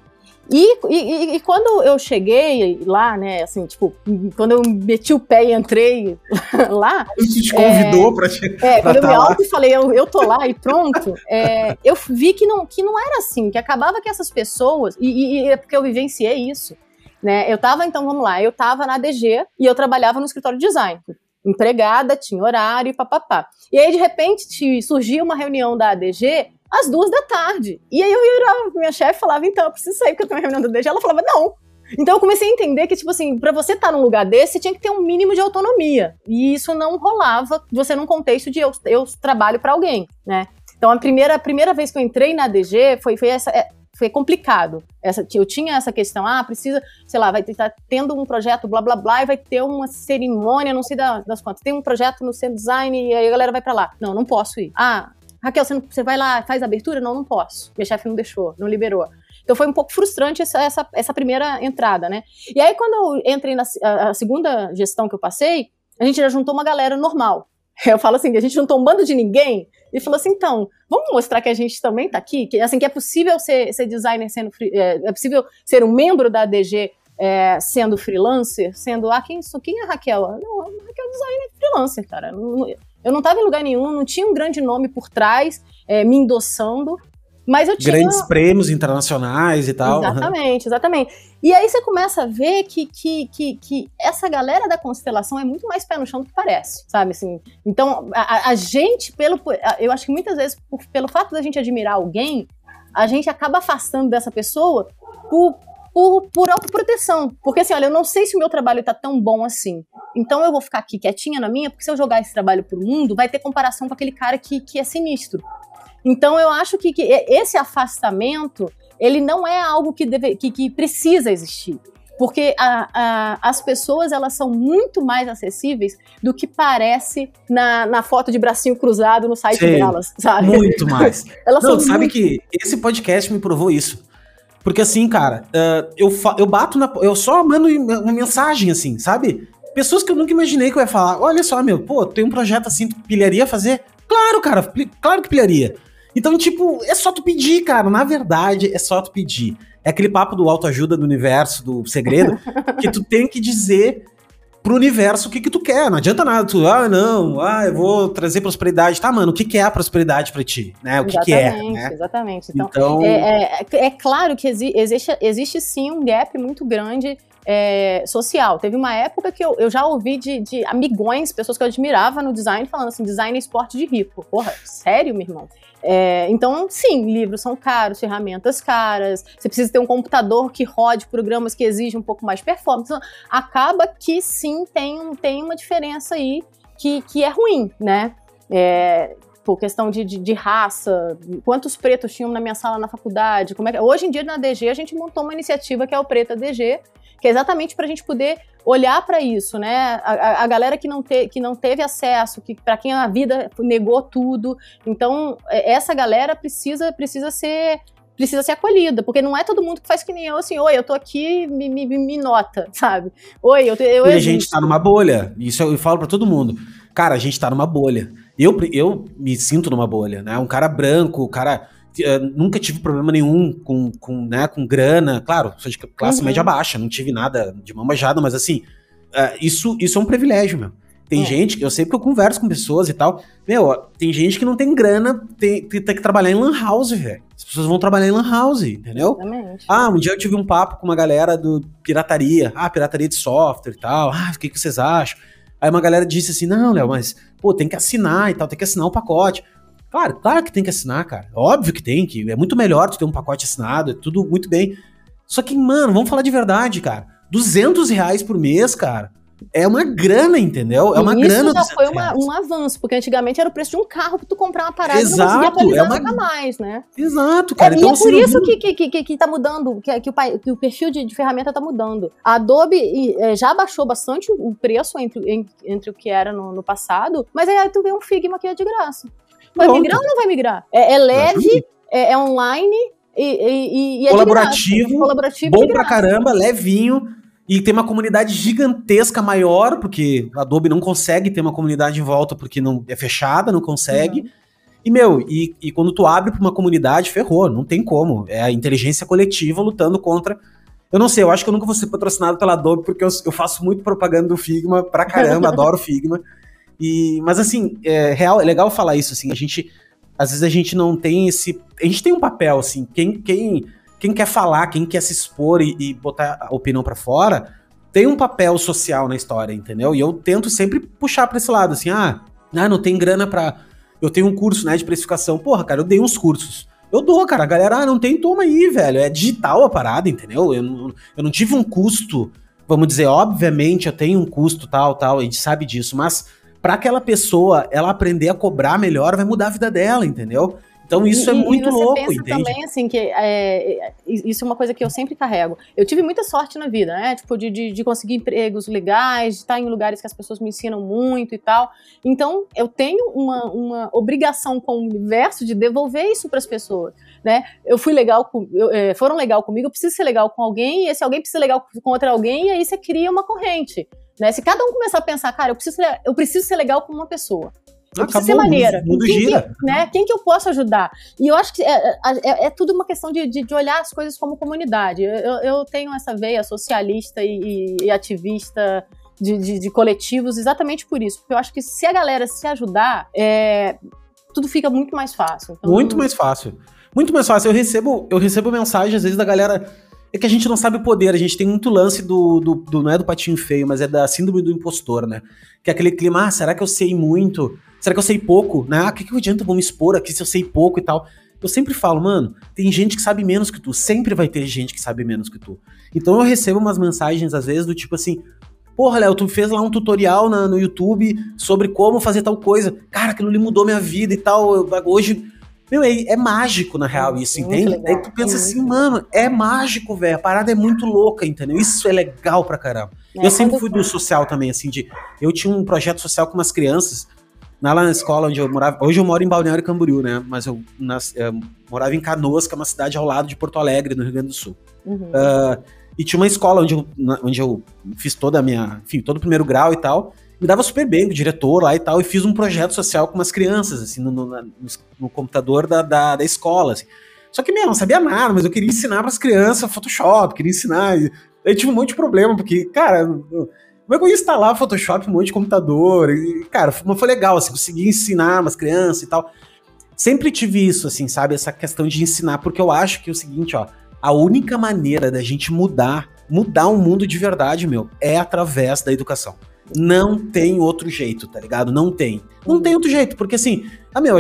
E quando eu cheguei lá, né, assim, tipo, quando eu meti o pé e entrei lá... Isso te convidou pra quando eu me auto e falei, eu tô lá e pronto, eu vi que não era assim, que acabava que essas pessoas... E é porque eu vivenciei isso, né? Eu tava na DG e eu trabalhava no escritório de design. Empregada, tinha horário, papapá. E aí, de repente, surgia uma reunião da ADG às 14h. E aí eu virava pra minha chefe e falava, então, eu preciso sair porque eu tenho uma reunião da ADG. Ela falava, não. Então eu comecei a entender que, tipo assim, pra você estar num lugar desse, você tinha que ter um mínimo de autonomia. E isso não rolava, você num contexto de eu trabalho pra alguém, né? Então a primeira vez que eu entrei na ADG foi complicado. Eu tinha essa questão, precisa, sei lá, vai estar tendo um projeto blá blá blá e vai ter uma cerimônia, não sei das quantas. Tem um projeto no Centro Design e aí a galera vai pra lá. Não posso ir. Raquel, você vai lá, faz a abertura? Não posso. Minha chefe não deixou, não liberou. Então foi um pouco frustrante essa primeira entrada, né? E aí quando eu entrei na segunda gestão que eu passei, a gente já juntou uma galera normal. Eu falo assim, a gente juntou um bando de ninguém e falou assim, então, vamos mostrar que a gente também tá aqui, que é possível ser designer sendo é possível ser um membro da ADG sendo freelancer, sendo, quem é a Raquel? Não, a Raquel é designer freelancer, cara. Eu não tava em lugar nenhum, não tinha um grande nome por trás, me endossando, mas eu tinha... Grandes prêmios internacionais e tal. Exatamente. E aí você começa a ver que essa galera da constelação é muito mais pé no chão do que parece, sabe? Assim, então, a gente, eu acho que muitas vezes, pelo fato da gente admirar alguém, a gente acaba afastando dessa pessoa por autoproteção. Porque assim, olha, eu não sei se o meu trabalho tá tão bom assim. Então eu vou ficar aqui quietinha na minha, porque se eu jogar esse trabalho pro mundo, vai ter comparação com aquele cara que é sinistro. Então eu acho que esse afastamento, ele não é algo que precisa existir. Porque as pessoas, elas são muito mais acessíveis do que parece na foto de bracinho cruzado no site delas, sabe? Muito mais. Sabe que esse podcast me provou isso. Porque assim, cara, eu bato eu só mando uma mensagem, assim, sabe? Pessoas que eu nunca imaginei que eu ia falar, olha só, tem um projeto assim, tu pilharia fazer? Claro, cara, claro que pilharia. Então, tipo, é só tu pedir, cara. Na verdade, é só tu pedir. É aquele papo do autoajuda do universo, do segredo, que tu tem que dizer pro universo o que tu quer. Não adianta nada, eu vou trazer prosperidade. Tá, mano, o que é a prosperidade pra ti? Né? O que é, né? Exatamente. Então... É claro que existe sim um gap muito grande social. Teve uma época que eu já ouvi de amigões, pessoas que eu admirava no design, falando assim, design é esporte de rico. Porra, sério, meu irmão? Então, sim, livros são caros, ferramentas caras, você precisa ter um computador que rode programas que exigem um pouco mais performance. Então, acaba que sim, tem uma diferença aí que é ruim, né? Por questão de raça, quantos pretos tinham na minha sala na faculdade, hoje em dia na DG a gente montou uma iniciativa que é o Preta DG, que é exatamente para a gente poder olhar para isso, né? A galera que não teve acesso, para quem a vida negou tudo. Então, essa galera precisa ser acolhida, porque não é todo mundo que faz que nem eu, assim, oi, eu tô aqui, me nota, sabe? Oi, eu E a gente tá numa bolha, isso eu falo pra todo mundo. Cara, a gente tá numa bolha. Eu me sinto numa bolha, né? Um cara branco, nunca tive problema nenhum com grana. Claro, sou de classe média baixa, não tive nada de mão beijada, mas assim, isso é um privilégio, meu. Tem gente, eu sei porque eu converso com pessoas e tal, tem gente que não tem grana, tem que trabalhar em lan house, velho. As pessoas vão trabalhar em lan house, entendeu? Exatamente. Um dia eu tive um papo com uma galera do pirataria, pirataria de software e tal, o que vocês acham? Aí uma galera disse assim, não, Léo, mas, tem que assinar e tal, tem que assinar um pacote. Claro que tem que assinar, cara. Óbvio que tem, que é muito melhor tu ter um pacote assinado, é tudo muito bem. Só que, mano, vamos falar de verdade, cara. R$200 por mês, cara. é uma grana, entendeu? É uma grana. Isso já foi um avanço, porque antigamente era o preço de um carro pra tu comprar uma parada. Exato, e não conseguia atualizar nunca mais, né? Exato, cara. Então, e é por isso que tá mudando, que o perfil de ferramenta tá mudando. A Adobe já baixou bastante o preço entre o que era no passado, mas aí tu vê um Figma que é de graça. Vai migrar ou não vai migrar? É leve, é online e é colaborativo, bom pra caramba, levinho. E tem uma comunidade gigantesca maior, porque a Adobe não consegue ter uma comunidade em volta, porque não é fechada, não consegue. E, quando tu abre pra uma comunidade, ferrou, não tem como. É a inteligência coletiva lutando contra... Eu não sei, eu acho que eu nunca vou ser patrocinado pela Adobe, porque eu faço muito propaganda do Figma pra caramba, adoro Figma. Mas assim, é legal falar isso, assim, às vezes a gente não tem esse... A gente tem um papel, assim, quem quer falar, quem quer se expor e botar a opinião pra fora, tem um papel social na história, entendeu? E eu tento sempre puxar pra esse lado, assim, não tem grana pra... Eu tenho um curso, né, de precificação. Porra, cara, eu dei uns cursos. Eu dou, cara. A galera, não tem, toma aí, velho. É digital a parada, entendeu? Eu não tive um custo, vamos dizer, obviamente eu tenho um custo tal, a gente sabe disso, mas pra aquela pessoa, ela aprender a cobrar melhor, vai mudar a vida dela, entendeu? Então isso é muito louco, entende? Também, assim, que isso é uma coisa que eu sempre carrego. Eu tive muita sorte na vida, né? Tipo, de conseguir empregos legais, de estar em lugares que as pessoas me ensinam muito e tal. Então, eu tenho uma obrigação com o universo de devolver isso para as pessoas, né? Foram legal comigo, eu preciso ser legal com alguém, e esse alguém precisa ser legal com outro alguém, e aí você cria uma corrente, né? Se cada um começar a pensar, cara, eu preciso ser legal com uma pessoa. Eu preciso ser maneira. Quem que eu posso ajudar? E eu acho que é tudo uma questão de olhar as coisas como comunidade. Eu tenho essa veia socialista e ativista de coletivos exatamente por isso. Porque eu acho que se a galera se ajudar, tudo fica muito mais fácil. Então, muito mais fácil. Muito mais fácil. Eu recebo mensagem, às vezes, da galera... É que a gente não sabe o poder, a gente tem muito lance não é do patinho feio, mas é da síndrome do impostor, né? Que é aquele clima, será que eu sei muito? Será que eu sei pouco? Né? O que adianta eu me expor aqui se eu sei pouco e tal? Eu sempre falo, mano, tem gente que sabe menos que tu, sempre vai ter gente que sabe menos que tu. Então eu recebo umas mensagens, às vezes, do tipo assim, porra, Léo, tu fez lá um tutorial no YouTube sobre como fazer tal coisa. Cara, aquilo ali mudou minha vida e tal, hoje... Meu, é mágico, na real, isso, entende? Aí tu pensa assim, mano, é mágico, velho, a parada é muito louca, entendeu? Isso é legal pra caramba. Eu sempre fui do social também, assim, eu tinha um projeto social com umas crianças, lá na escola onde eu morava, hoje eu moro em Balneário Camboriú, né, mas eu morava em Canoas, que é uma cidade ao lado de Porto Alegre, no Rio Grande do Sul. E tinha uma escola onde eu fiz toda a minha, enfim, todo o primeiro grau e tal, me dava super bem com o diretor lá e tal, e fiz um projeto social com umas crianças, assim, no computador da escola, assim. Só que, não sabia nada, mas eu queria ensinar pras crianças Photoshop, queria ensinar, e aí tive um monte de problema, porque, cara, como é que eu ia instalar Photoshop, um monte de computador, e, cara, foi legal, assim, consegui ensinar umas crianças e tal. Sempre tive isso, assim, sabe, essa questão de ensinar, porque eu acho que é o seguinte, ó, a única maneira da gente mudar o mundo de verdade, meu, é através da educação. Não tem outro jeito, tá ligado? Não tem outro jeito, porque assim,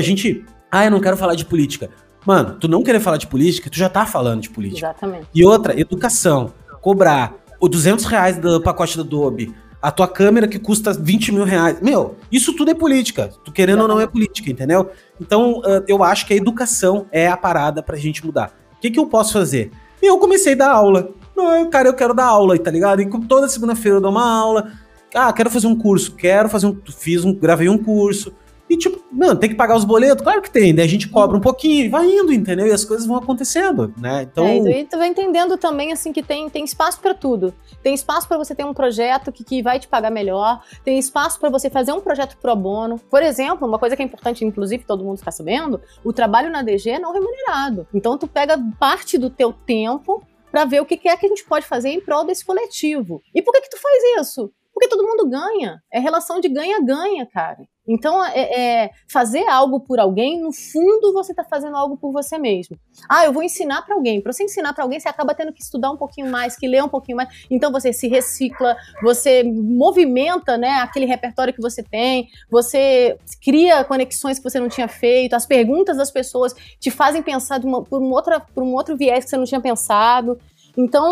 eu não quero falar de política. Mano, tu não querer falar de política, tu já tá falando de política. Exatamente. E outra, educação, cobrar o R$200 do pacote da Adobe, a tua câmera que custa R$20 mil, meu, isso tudo é política, tu querendo ou não é política, entendeu? Então, eu acho que a educação é a parada pra gente mudar. O que eu posso fazer? Eu comecei a dar aula. Cara, eu quero dar aula, tá ligado? E toda segunda-feira eu dou uma aula. Quero fazer um curso, gravei um curso. E tipo, mano, tem que pagar os boletos? Claro que tem, daí a gente cobra um pouquinho e vai indo, entendeu? E as coisas vão acontecendo, né? Então... E tu vai entendendo também, assim, que tem espaço pra tudo. Tem espaço pra você ter um projeto que vai te pagar melhor, tem espaço pra você fazer um projeto pro bono. Por exemplo, uma coisa que é importante, inclusive, todo mundo ficar sabendo, o trabalho na DG é não remunerado. Então tu pega parte do teu tempo pra ver o que é que a gente pode fazer em prol desse coletivo. E por que tu faz isso? Porque todo mundo ganha. É relação de ganha-ganha, cara. Então, fazer algo por alguém, no fundo, você tá fazendo algo por você mesmo. Eu vou ensinar pra alguém. Pra você ensinar pra alguém, você acaba tendo que estudar um pouquinho mais, que ler um pouquinho mais. Então, você se recicla, você movimenta, né, aquele repertório que você tem, você cria conexões que você não tinha feito, as perguntas das pessoas te fazem pensar por um outro viés que você não tinha pensado. Então,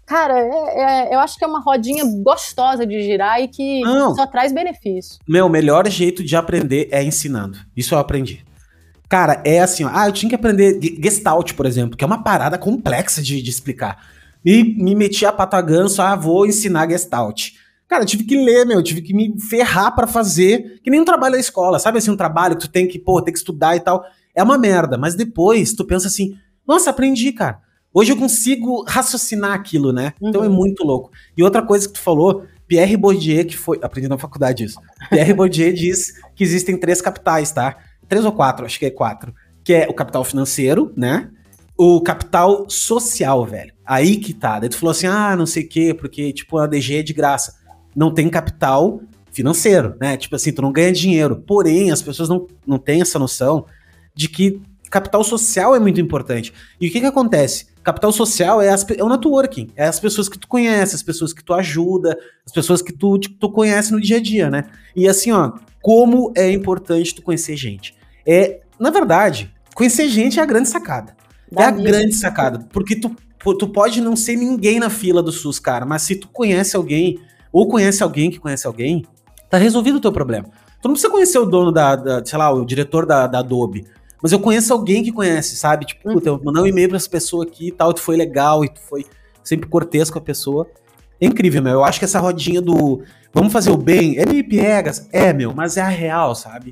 Cara, eu acho que é uma rodinha gostosa de girar e que só traz benefício. O melhor jeito de aprender é ensinando. Isso eu aprendi. Cara, é assim, ó. Eu tinha que aprender Gestalt, por exemplo, que é uma parada complexa de explicar. Me meti a pata ganso, vou ensinar Gestalt. Cara, eu tive que ler, tive que me ferrar pra fazer, que nem um trabalho da escola, sabe assim, um trabalho que tu tem que estudar e tal. É uma merda, mas depois tu pensa assim, nossa, aprendi, cara. Hoje eu consigo raciocinar aquilo, né? Então é muito louco. E outra coisa que tu falou, Pierre Bourdieu, que foi... Aprendi na faculdade isso. Pierre Bourdieu diz que existem 3 capitais, tá? 3 ou 4, acho que é 4. Que é o capital financeiro, né? O capital social, velho. Aí que tá. Daí tu falou assim, não sei o quê, porque, tipo, a DG é de graça. Não tem capital financeiro, né? Tipo assim, tu não ganha dinheiro. Porém, as pessoas não têm essa noção de que capital social é muito importante. E o que acontece? Capital social é o networking, é as pessoas que tu conhece, as pessoas que tu ajuda, as pessoas que tu conhece no dia a dia, né? E assim, ó, como é importante tu conhecer gente. Na verdade, conhecer gente é a grande sacada. Grande sacada, porque tu pode não ser ninguém na fila do SUS, cara, mas se tu conhece alguém, ou conhece alguém que conhece alguém, tá resolvido o teu problema. Tu não precisa conhecer o dono sei lá, o diretor da Adobe, mas eu conheço alguém que conhece, sabe? Tipo, puta, eu mandar um e-mail pra essa pessoa aqui e tal, tu foi legal e tu foi sempre cortês com a pessoa. É incrível, Eu acho que essa rodinha do vamos fazer o bem é meio piegas, mas é a real, sabe?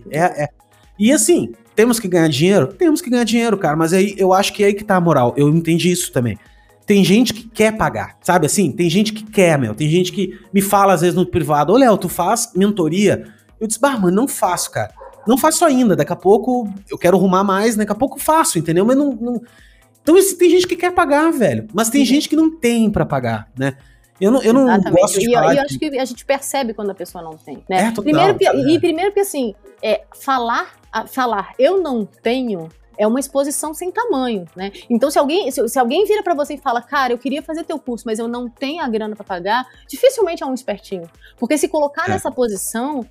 E assim, temos que ganhar dinheiro? Temos que ganhar dinheiro, cara, mas aí eu acho que é aí que tá a moral. Eu entendi isso também. Tem gente que quer pagar, sabe assim? Tem gente que quer, tem gente que me fala às vezes no privado, ô Léo, tu faz mentoria? Eu disse, mano, não faço, cara. Não faço ainda, daqui a pouco eu quero arrumar mais, daqui a pouco eu faço, entendeu? Mas não... Então tem gente que quer pagar, velho, mas tem gente que não tem pra pagar, né? Eu não gosto de falar... E eu acho que a gente percebe quando a pessoa não tem, né? Total. Primeiro que assim, falar eu não tenho é uma exposição sem tamanho, né? Então se alguém vira pra você e fala, cara, eu queria fazer teu curso, mas eu não tenho a grana pra pagar, dificilmente é um espertinho. Porque se colocar nessa posição,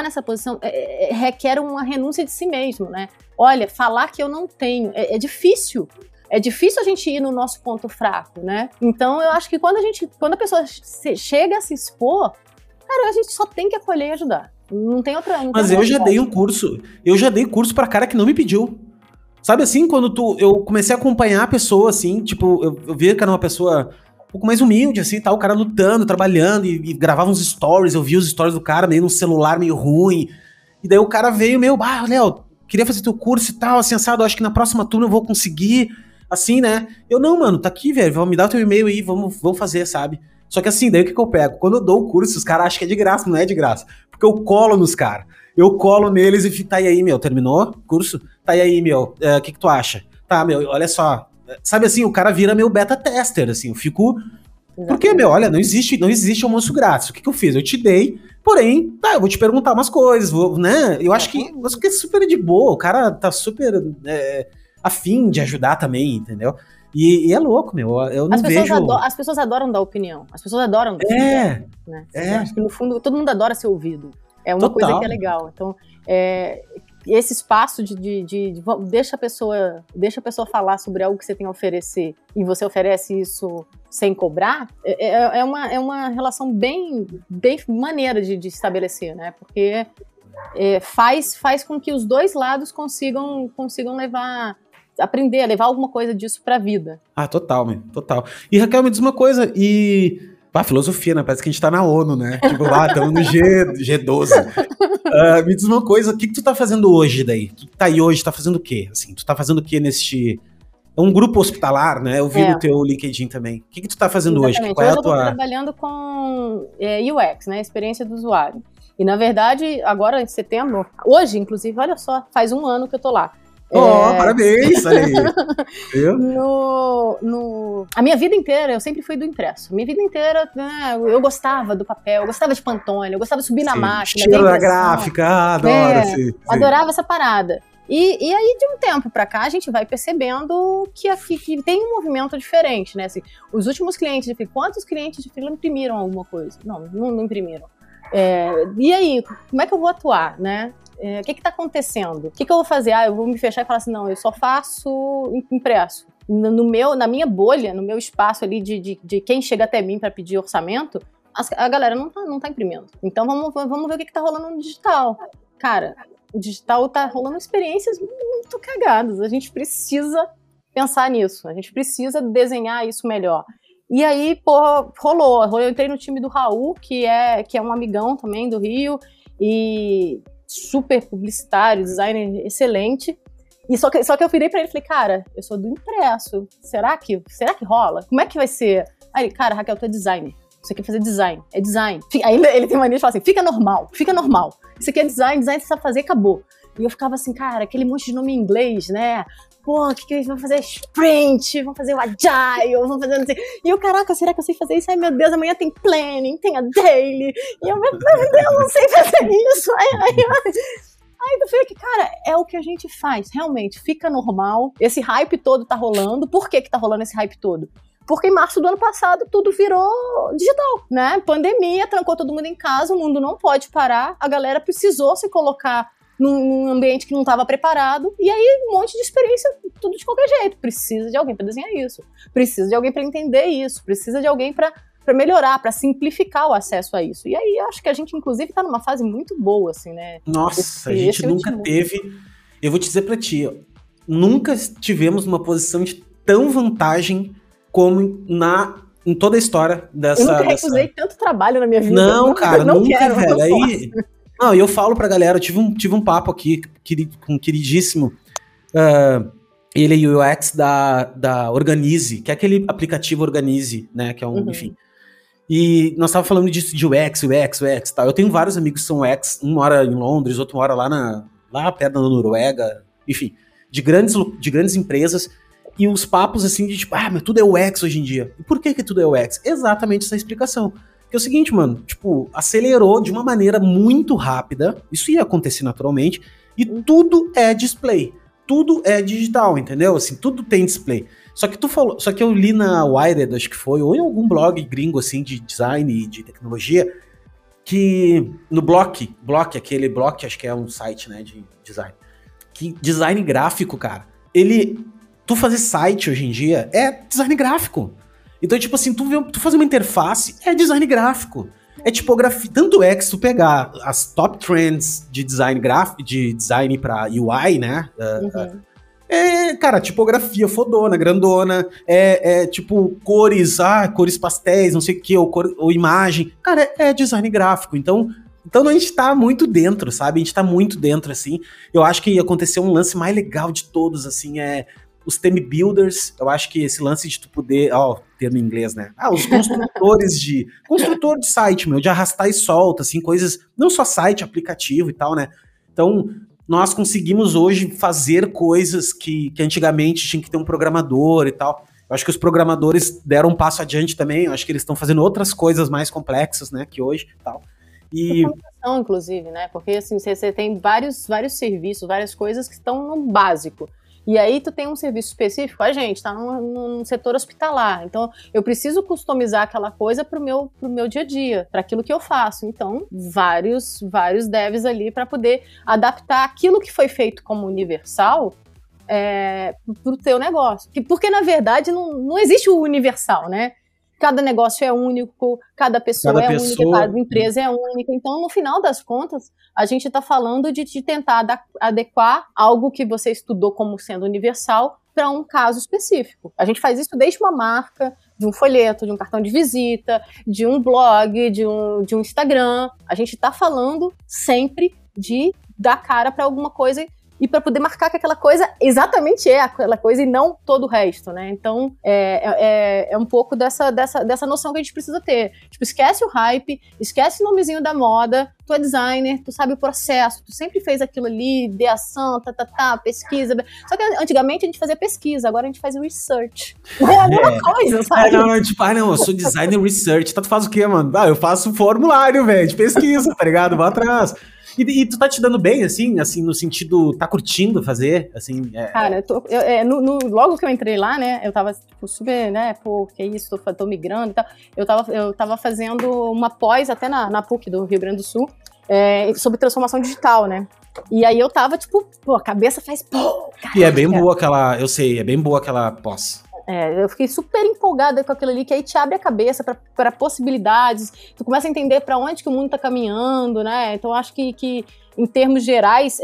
requer uma renúncia de si mesmo, né? Olha, falar que eu não tenho, é difícil. É difícil a gente ir no nosso ponto fraco, né? Então eu acho que quando a pessoa chega a se expor, cara, a gente só tem que acolher e ajudar. Não tem outra. Mas eu já dei um curso. Eu já dei curso pra cara que não me pediu. Sabe assim, quando eu comecei a acompanhar a pessoa, assim, tipo, eu via que era uma pessoa um pouco mais humilde, assim, tal, o cara lutando, trabalhando, e gravava uns stories, eu via os stories do cara meio num celular meio ruim, e daí o cara veio meio, Léo, queria fazer teu curso e tal, assim, assado, acho que na próxima turma eu vou conseguir, assim, né? Eu, não, mano, tá aqui, velho, me dá o teu e-mail aí, vamos fazer, sabe? Só que assim, daí o que eu pego? Quando eu dou o curso, os caras acham que é de graça, não é de graça, porque eu colo nos caras. Eu colo neles e fico, tá, e aí, terminou o curso? Tá, e aí, o que tu acha? Tá, olha só. Sabe assim, o cara vira meu beta tester, assim, eu fico... Porque, olha, não existe almoço grátis. O que eu fiz? Eu te dei, porém, tá, eu vou te perguntar umas coisas, né? Eu acho que é super de boa, o cara tá super afim de ajudar também, entendeu? E é louco, eu não vejo... As pessoas adoram dar opinião, as pessoas adoram dar feedback, né? Eu acho que, no fundo, todo mundo adora ser ouvido. É uma coisa que é legal. Então, esse espaço deixa a pessoa falar sobre algo que você tem a oferecer e você oferece isso sem cobrar, é uma relação bem maneira de estabelecer, né? Porque faz com que os dois lados consigam aprender, levar alguma coisa disso pra vida. Total. E Raquel, me diz uma coisa, filosofia, né? Parece que a gente tá na ONU, né? Tipo, estamos no G12. Me diz uma coisa, o que tu tá fazendo hoje daí? Tu tá aí hoje, tá fazendo o quê? Assim, tu tá fazendo o quê neste... É um grupo hospitalar, né? Eu vi no teu LinkedIn também. O que tu tá fazendo hoje? Qual é a tua... Eu tô trabalhando com UX, né? Experiência do usuário. E, na verdade, agora em setembro, hoje, inclusive, olha só, faz 1 ano que eu tô lá. Parabéns! Olha aí. A minha vida inteira, eu sempre fui do impresso. Minha vida inteira, né, eu gostava do papel, eu gostava de Pantone, eu gostava de subir na máquina. Cheiro da gráfica, adoro. Sim. Adorava essa parada. E aí, de um tempo pra cá, a gente vai percebendo que tem um movimento diferente, né? Assim, os últimos clientes de freela, quantos clientes de freela imprimiram alguma coisa? Não imprimiram. E aí, como é que eu vou atuar, né? O que está acontecendo? O que eu vou fazer? Eu vou me fechar e falar assim, não, eu só faço impresso. na minha bolha, no meu espaço ali de quem chega até mim para pedir orçamento, a galera não tá imprimindo. Então vamos ver o que tá rolando no digital. Cara, o digital tá rolando experiências muito cagadas. A gente precisa pensar nisso. A gente precisa desenhar isso melhor. E aí, pô, rolou. Eu entrei no time do Raul, que é um amigão também do Rio, e super publicitário, designer excelente. E só que eu virei pra ele e falei, cara, eu sou do impresso. Será que rola? Como é que vai ser? Aí ele, cara, Raquel, tu é designer. Você quer fazer design. É design. Aí ele tem mania de falar assim, fica normal. Isso aqui é design você sabe fazer, acabou. E eu ficava assim, cara, aquele monte de nome em inglês, né? Pô, que eles vão fazer sprint, vão fazer o agile, vão fazer não sei. E eu, caraca, será que eu sei fazer isso? Ai, meu Deus, amanhã tem planning, tem a daily. E eu, meu Deus, eu não sei fazer isso. Aí eu falei que, cara, é o que a gente faz, realmente, fica normal. Esse hype todo tá rolando. Por que tá rolando esse hype todo? Porque em março do ano passado tudo virou digital, né? Pandemia, trancou todo mundo em casa, o mundo não pode parar, a galera precisou se colocar num ambiente que não estava preparado, e aí um monte de experiência, tudo de qualquer jeito. Precisa de alguém para desenhar isso, precisa de alguém para entender isso, precisa de alguém para melhorar, para simplificar o acesso a isso. E aí acho que a gente, inclusive, está numa fase muito boa, assim, né? Nossa, a gente nunca teve... Eu vou te dizer para ti, nunca tivemos uma posição de tão vantagem como em toda a história dessa... Eu nunca recusei tanto trabalho na minha vida. Não, cara, nunca, velho. Aí... Não, eu falo pra galera, eu tive um papo aqui com um queridíssimo, ele é o UX da Organize, que é aquele aplicativo Organize, né, que é um, enfim. E nós estávamos falando disso, de UX, tal. Eu tenho vários amigos que são UX, um mora em Londres, outro mora lá perto da Noruega, enfim, de grandes empresas, e os papos assim de tipo, mas tudo é UX hoje em dia. E por que tudo é UX? Exatamente essa explicação. Que é o seguinte, mano, tipo, acelerou de uma maneira muito rápida, isso ia acontecer naturalmente, e tudo é display, tudo é digital, entendeu? Assim, tudo tem display. Só que eu li na Wired, acho que foi, ou em algum blog gringo, assim, de design e de tecnologia, que no Block, acho que é um site, né, de design, que design gráfico, cara, tu fazer site hoje em dia é design gráfico. Então, tipo assim, tu fazer uma interface é design gráfico, é tipografia. Tanto é que se tu pegar as top trends de design gráfico, de design pra UI, né? Cara, tipografia fodona, grandona, tipo cores pastéis, não sei o que, ou imagem. Cara, é design gráfico. Então a gente tá muito dentro, sabe? A gente tá muito dentro, assim. Eu acho que aconteceu um lance mais legal de todos, assim, os theme builders. Eu acho que esse lance de tu poder... termo em inglês, né? Os construtor de site, de arrastar e solta, assim, coisas... Não só site, aplicativo e tal, né? Então, nós conseguimos hoje fazer coisas que antigamente tinha que ter um programador e tal. Eu acho que os programadores deram um passo adiante também. Eu acho que eles estão fazendo outras coisas mais complexas, né? Que hoje e tal. E... inclusive, né? Porque, assim, você tem vários serviços, várias coisas que estão no básico. E aí tu tem um serviço específico, a gente tá num setor hospitalar, então eu preciso customizar aquela coisa pro meu dia a dia, para aquilo que eu faço. Então, vários devs ali para poder adaptar aquilo que foi feito como universal pro teu negócio. Porque, na verdade, não existe o universal, né? Cada negócio é único, cada pessoa é única, cada empresa é única. Então, no final das contas, a gente está falando de tentar adequar algo que você estudou como sendo universal para um caso específico. A gente faz isso desde uma marca, de um folheto, de um cartão de visita, de um blog, de um Instagram. A gente está falando sempre de dar cara para alguma coisa e para poder marcar que aquela coisa exatamente é aquela coisa e não todo o resto, né? Então, é um pouco dessa noção que a gente precisa ter. Tipo, esquece o hype, esquece o nomezinho da moda, tu é designer, tu sabe o processo, tu sempre fez aquilo ali, ideação, pesquisa. Só que antigamente a gente fazia pesquisa, agora a gente faz research. É a mesma coisa, sabe? Eu sou designer research. Tá, tu faz o quê, mano? Eu faço formulário, velho, de pesquisa, tá ligado? Vou atrás. E tu tá te dando bem, assim, no sentido, tá curtindo fazer, assim? Cara, logo que eu entrei lá, né, eu tava, tipo, super, né, que isso, tô migrando e tal. Eu tava fazendo uma pós até na PUC do Rio Grande do Sul, sobre transformação digital, né? E aí eu tava, tipo, pô, a cabeça faz... Pô, e é bem boa aquela... Eu sei, é bem boa aquela pós. Eu fiquei super empolgada com aquilo ali, que aí te abre a cabeça para possibilidades, tu começa a entender para onde que o mundo tá caminhando, né? Então acho que em termos gerais,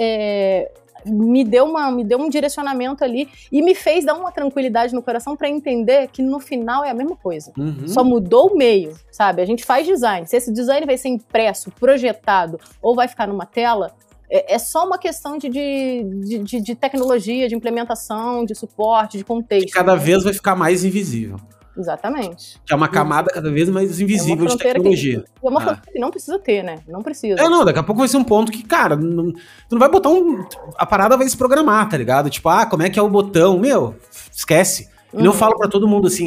me deu um direcionamento ali e me fez dar uma tranquilidade no coração para entender que no final é a mesma coisa. Só mudou o meio, sabe? A gente faz design. Se esse design vai ser impresso, projetado ou vai ficar numa tela, é só uma questão de tecnologia, de implementação, de suporte, de contexto. E cada vez vai ficar mais invisível. Exatamente. É uma camada cada vez mais invisível de tecnologia. É uma fronteira que não precisa ter, né? Não precisa. Não, daqui a pouco vai ser um ponto que, cara, tu não vai botar a parada vai se programar, tá ligado? Tipo, como é que é o botão? Meu, esquece. E eu falo pra todo mundo assim,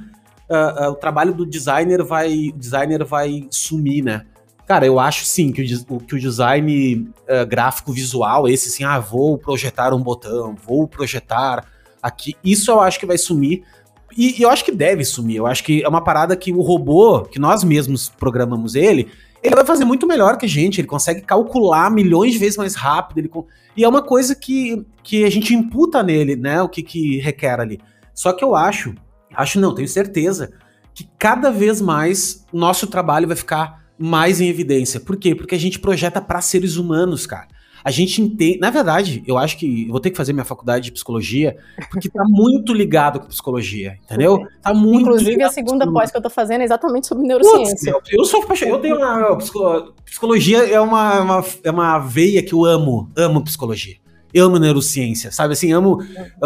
o trabalho do designer vai sumir, né? Cara, eu acho sim que o design gráfico visual, esse assim, vou projetar um botão, vou projetar aqui, isso eu acho que vai sumir. E eu acho que deve sumir. Eu acho que é uma parada que o robô, que nós mesmos programamos ele vai fazer muito melhor que a gente. Ele consegue calcular milhões de vezes mais rápido. E é uma coisa que a gente imputa nele, né? O que requer ali. Só que eu tenho certeza que cada vez mais nosso trabalho vai ficar mais em evidência. Por quê? Porque a gente projeta para seres humanos, cara. A gente entende... Na verdade, eu acho que eu vou ter que fazer minha faculdade de psicologia, porque tá muito ligado com psicologia, entendeu? Tá muito Inclusive, a segunda pós que eu tô fazendo é exatamente sobre neurociência. Eu sou apaixonado. Eu tenho uma... Psicologia é uma veia que eu amo. Amo psicologia. Eu amo neurociência, sabe? Assim, amo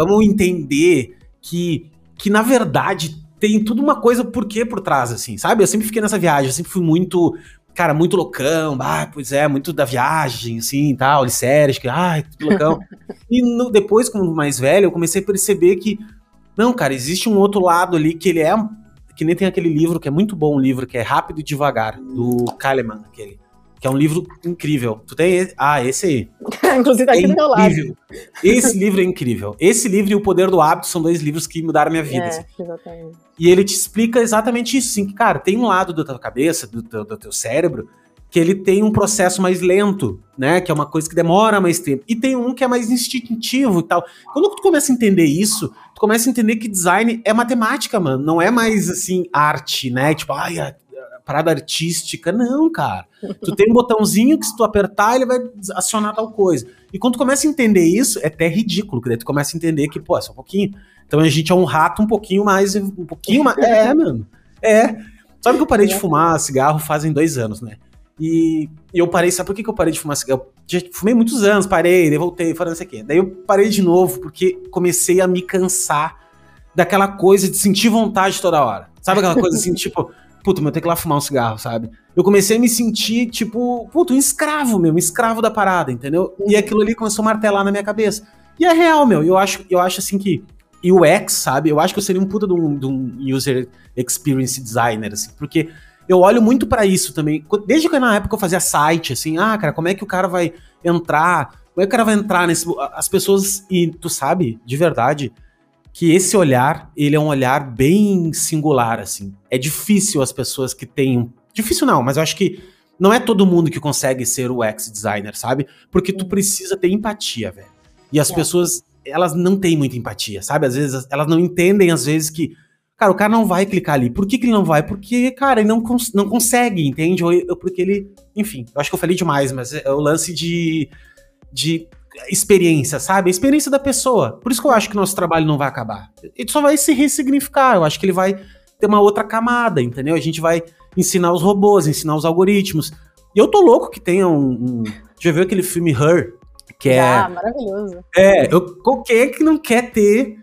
entender que na verdade, tem tudo uma coisa porquê por trás, assim, sabe? Eu sempre fiquei nessa viagem, eu sempre fui muito... Cara, muito loucão, pois é, muito da viagem, assim, tal, licérgica, tudo loucão. E depois, como mais velho, eu comecei a perceber que, não, cara, existe um outro lado ali que ele que nem tem aquele livro, que é muito bom, um livro, que é Rápido e Devagar, do Kahneman, que é um livro incrível. Tu tem esse? Esse aí. Inclusive tá aqui do meu lado. Esse livro é incrível. Esse livro e O Poder do Hábito são 2 livros que mudaram a minha vida. Assim. Exatamente. E ele te explica exatamente isso, assim, que, cara, tem um lado da tua cabeça, do teu cérebro, que ele tem um processo mais lento, né, que é uma coisa que demora mais tempo, e tem um que é mais instintivo e tal. Quando tu começa a entender isso, tu começa a entender que design é matemática, mano, não é mais, assim, arte, né, tipo, a parada artística, não, cara. Tu tem um botãozinho que se tu apertar, ele vai acionar tal coisa. E quando tu começa a entender isso, é até ridículo, que daí tu começa a entender que, só um pouquinho. Então a gente é um rato um pouquinho mais... mano. Sabe que eu parei de fumar cigarro fazem 2 anos, né? E eu parei, sabe por que eu parei de fumar cigarro? Eu já fumei muitos anos, parei, daí voltei, falando não sei o quê. Daí eu parei de novo, porque comecei a me cansar daquela coisa de sentir vontade toda hora. Sabe aquela coisa assim, tipo... Puta, eu tenho que ir lá fumar um cigarro, sabe? Eu comecei a me sentir, tipo, um escravo mesmo, um escravo da parada, entendeu? E aquilo ali começou a martelar na minha cabeça. E é real, meu, eu acho assim que UX, sabe? Eu acho que eu seria um puta de um user experience designer, assim, porque eu olho muito pra isso também. Desde que na época eu fazia site, assim, cara, como é que o cara vai entrar? Como é que o cara vai entrar nesse... As pessoas, e tu sabe, de verdade... que esse olhar, ele é um olhar bem singular, assim. É difícil as pessoas que tenham... Difícil não, mas eu acho que não é todo mundo que consegue ser o UX designer, sabe? Porque tu precisa ter empatia, velho. E as pessoas, elas não têm muita empatia, sabe? Às vezes, elas não entendem, às vezes, que... Cara, o cara não vai clicar ali. Por que ele não vai? Porque, cara, ele não consegue, entende? Porque ele... Enfim, eu acho que eu falei demais, mas é o lance de experiência, sabe? A experiência da pessoa. Por isso que eu acho que o nosso trabalho não vai acabar. Ele só vai se ressignificar. Eu acho que ele vai ter uma outra camada, entendeu? A gente vai ensinar os robôs, ensinar os algoritmos. E eu tô louco que tenha Já viu aquele filme Her? Que maravilhoso. Quem é que não quer ter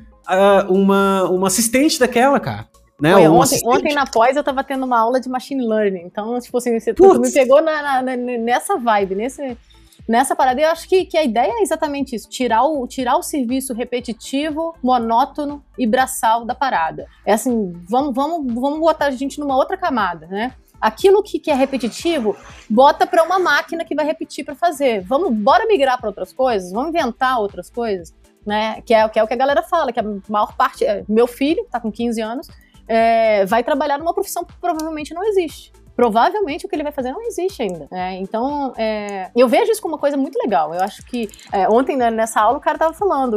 uma assistente daquela, cara? Né? Ontem na pós eu tava tendo uma aula de machine learning. Então, tipo assim, tu me pegou nessa vibe, nessa parada. Eu acho que a ideia é exatamente isso, tirar o serviço repetitivo, monótono e braçal da parada. É assim, vamos botar a gente numa outra camada, né? Aquilo que é repetitivo, bota para uma máquina que vai repetir para fazer. Bora migrar para outras coisas, vamos inventar outras coisas, né? Que é o que a galera fala, que a maior parte... Meu filho, tá com 15 anos, vai trabalhar numa profissão que provavelmente não existe. provavelmente o que ele vai fazer não existe ainda. Então, eu vejo isso como uma coisa muito legal. Eu acho que ontem, nessa aula, o cara estava falando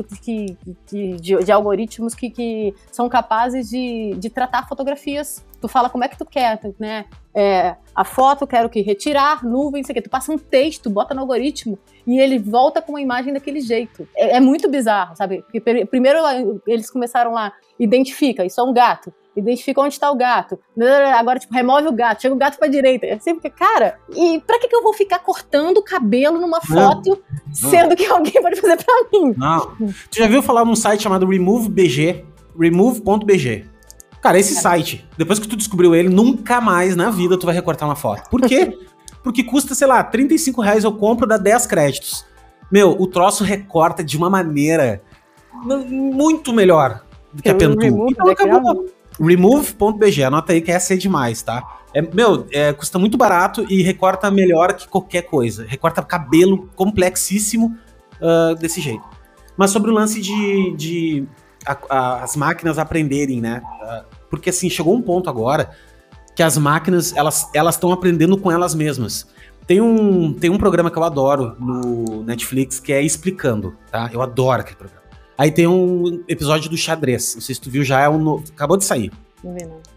de algoritmos que são capazes de tratar fotografias. Tu fala como é que tu quer, né? A foto, quero que retirar, nuvem, isso aqui. Tu passa um texto, bota no algoritmo e ele volta com uma imagem daquele jeito. É muito bizarro, sabe? Porque primeiro eles começaram lá, identifica, isso é um gato. Identifica onde está o gato. Agora, tipo, remove o gato, chega o gato pra direita. Assim, porque, cara, e pra que eu vou ficar cortando o cabelo numa foto, sendo que alguém pode fazer pra mim? Não. Tu já viu falar num site chamado remove.bg? Remove.bg. Cara, esse site, depois que tu descobriu ele, nunca mais na vida tu vai recortar uma foto. Por quê? Porque custa, sei lá, R$35 eu compro, dá 10 créditos. Meu, o troço recorta de uma maneira muito melhor do que a Pentu. Então acabou. Remove.bg, anota aí que essa é demais, tá? Custa muito barato e recorta melhor que qualquer coisa. Recorta cabelo complexíssimo desse jeite. Mas sobre o lance de as máquinas aprenderem, né? Porque assim, chegou um ponto agora que as máquinas, elas estão aprendendo com elas mesmas. Tem um programa que eu adoro no Netflix que é Explicando, tá? Eu adoro aquele programa. Aí tem um episódio do xadrez, não sei se tu viu, já acabou de sair. Não vi, não.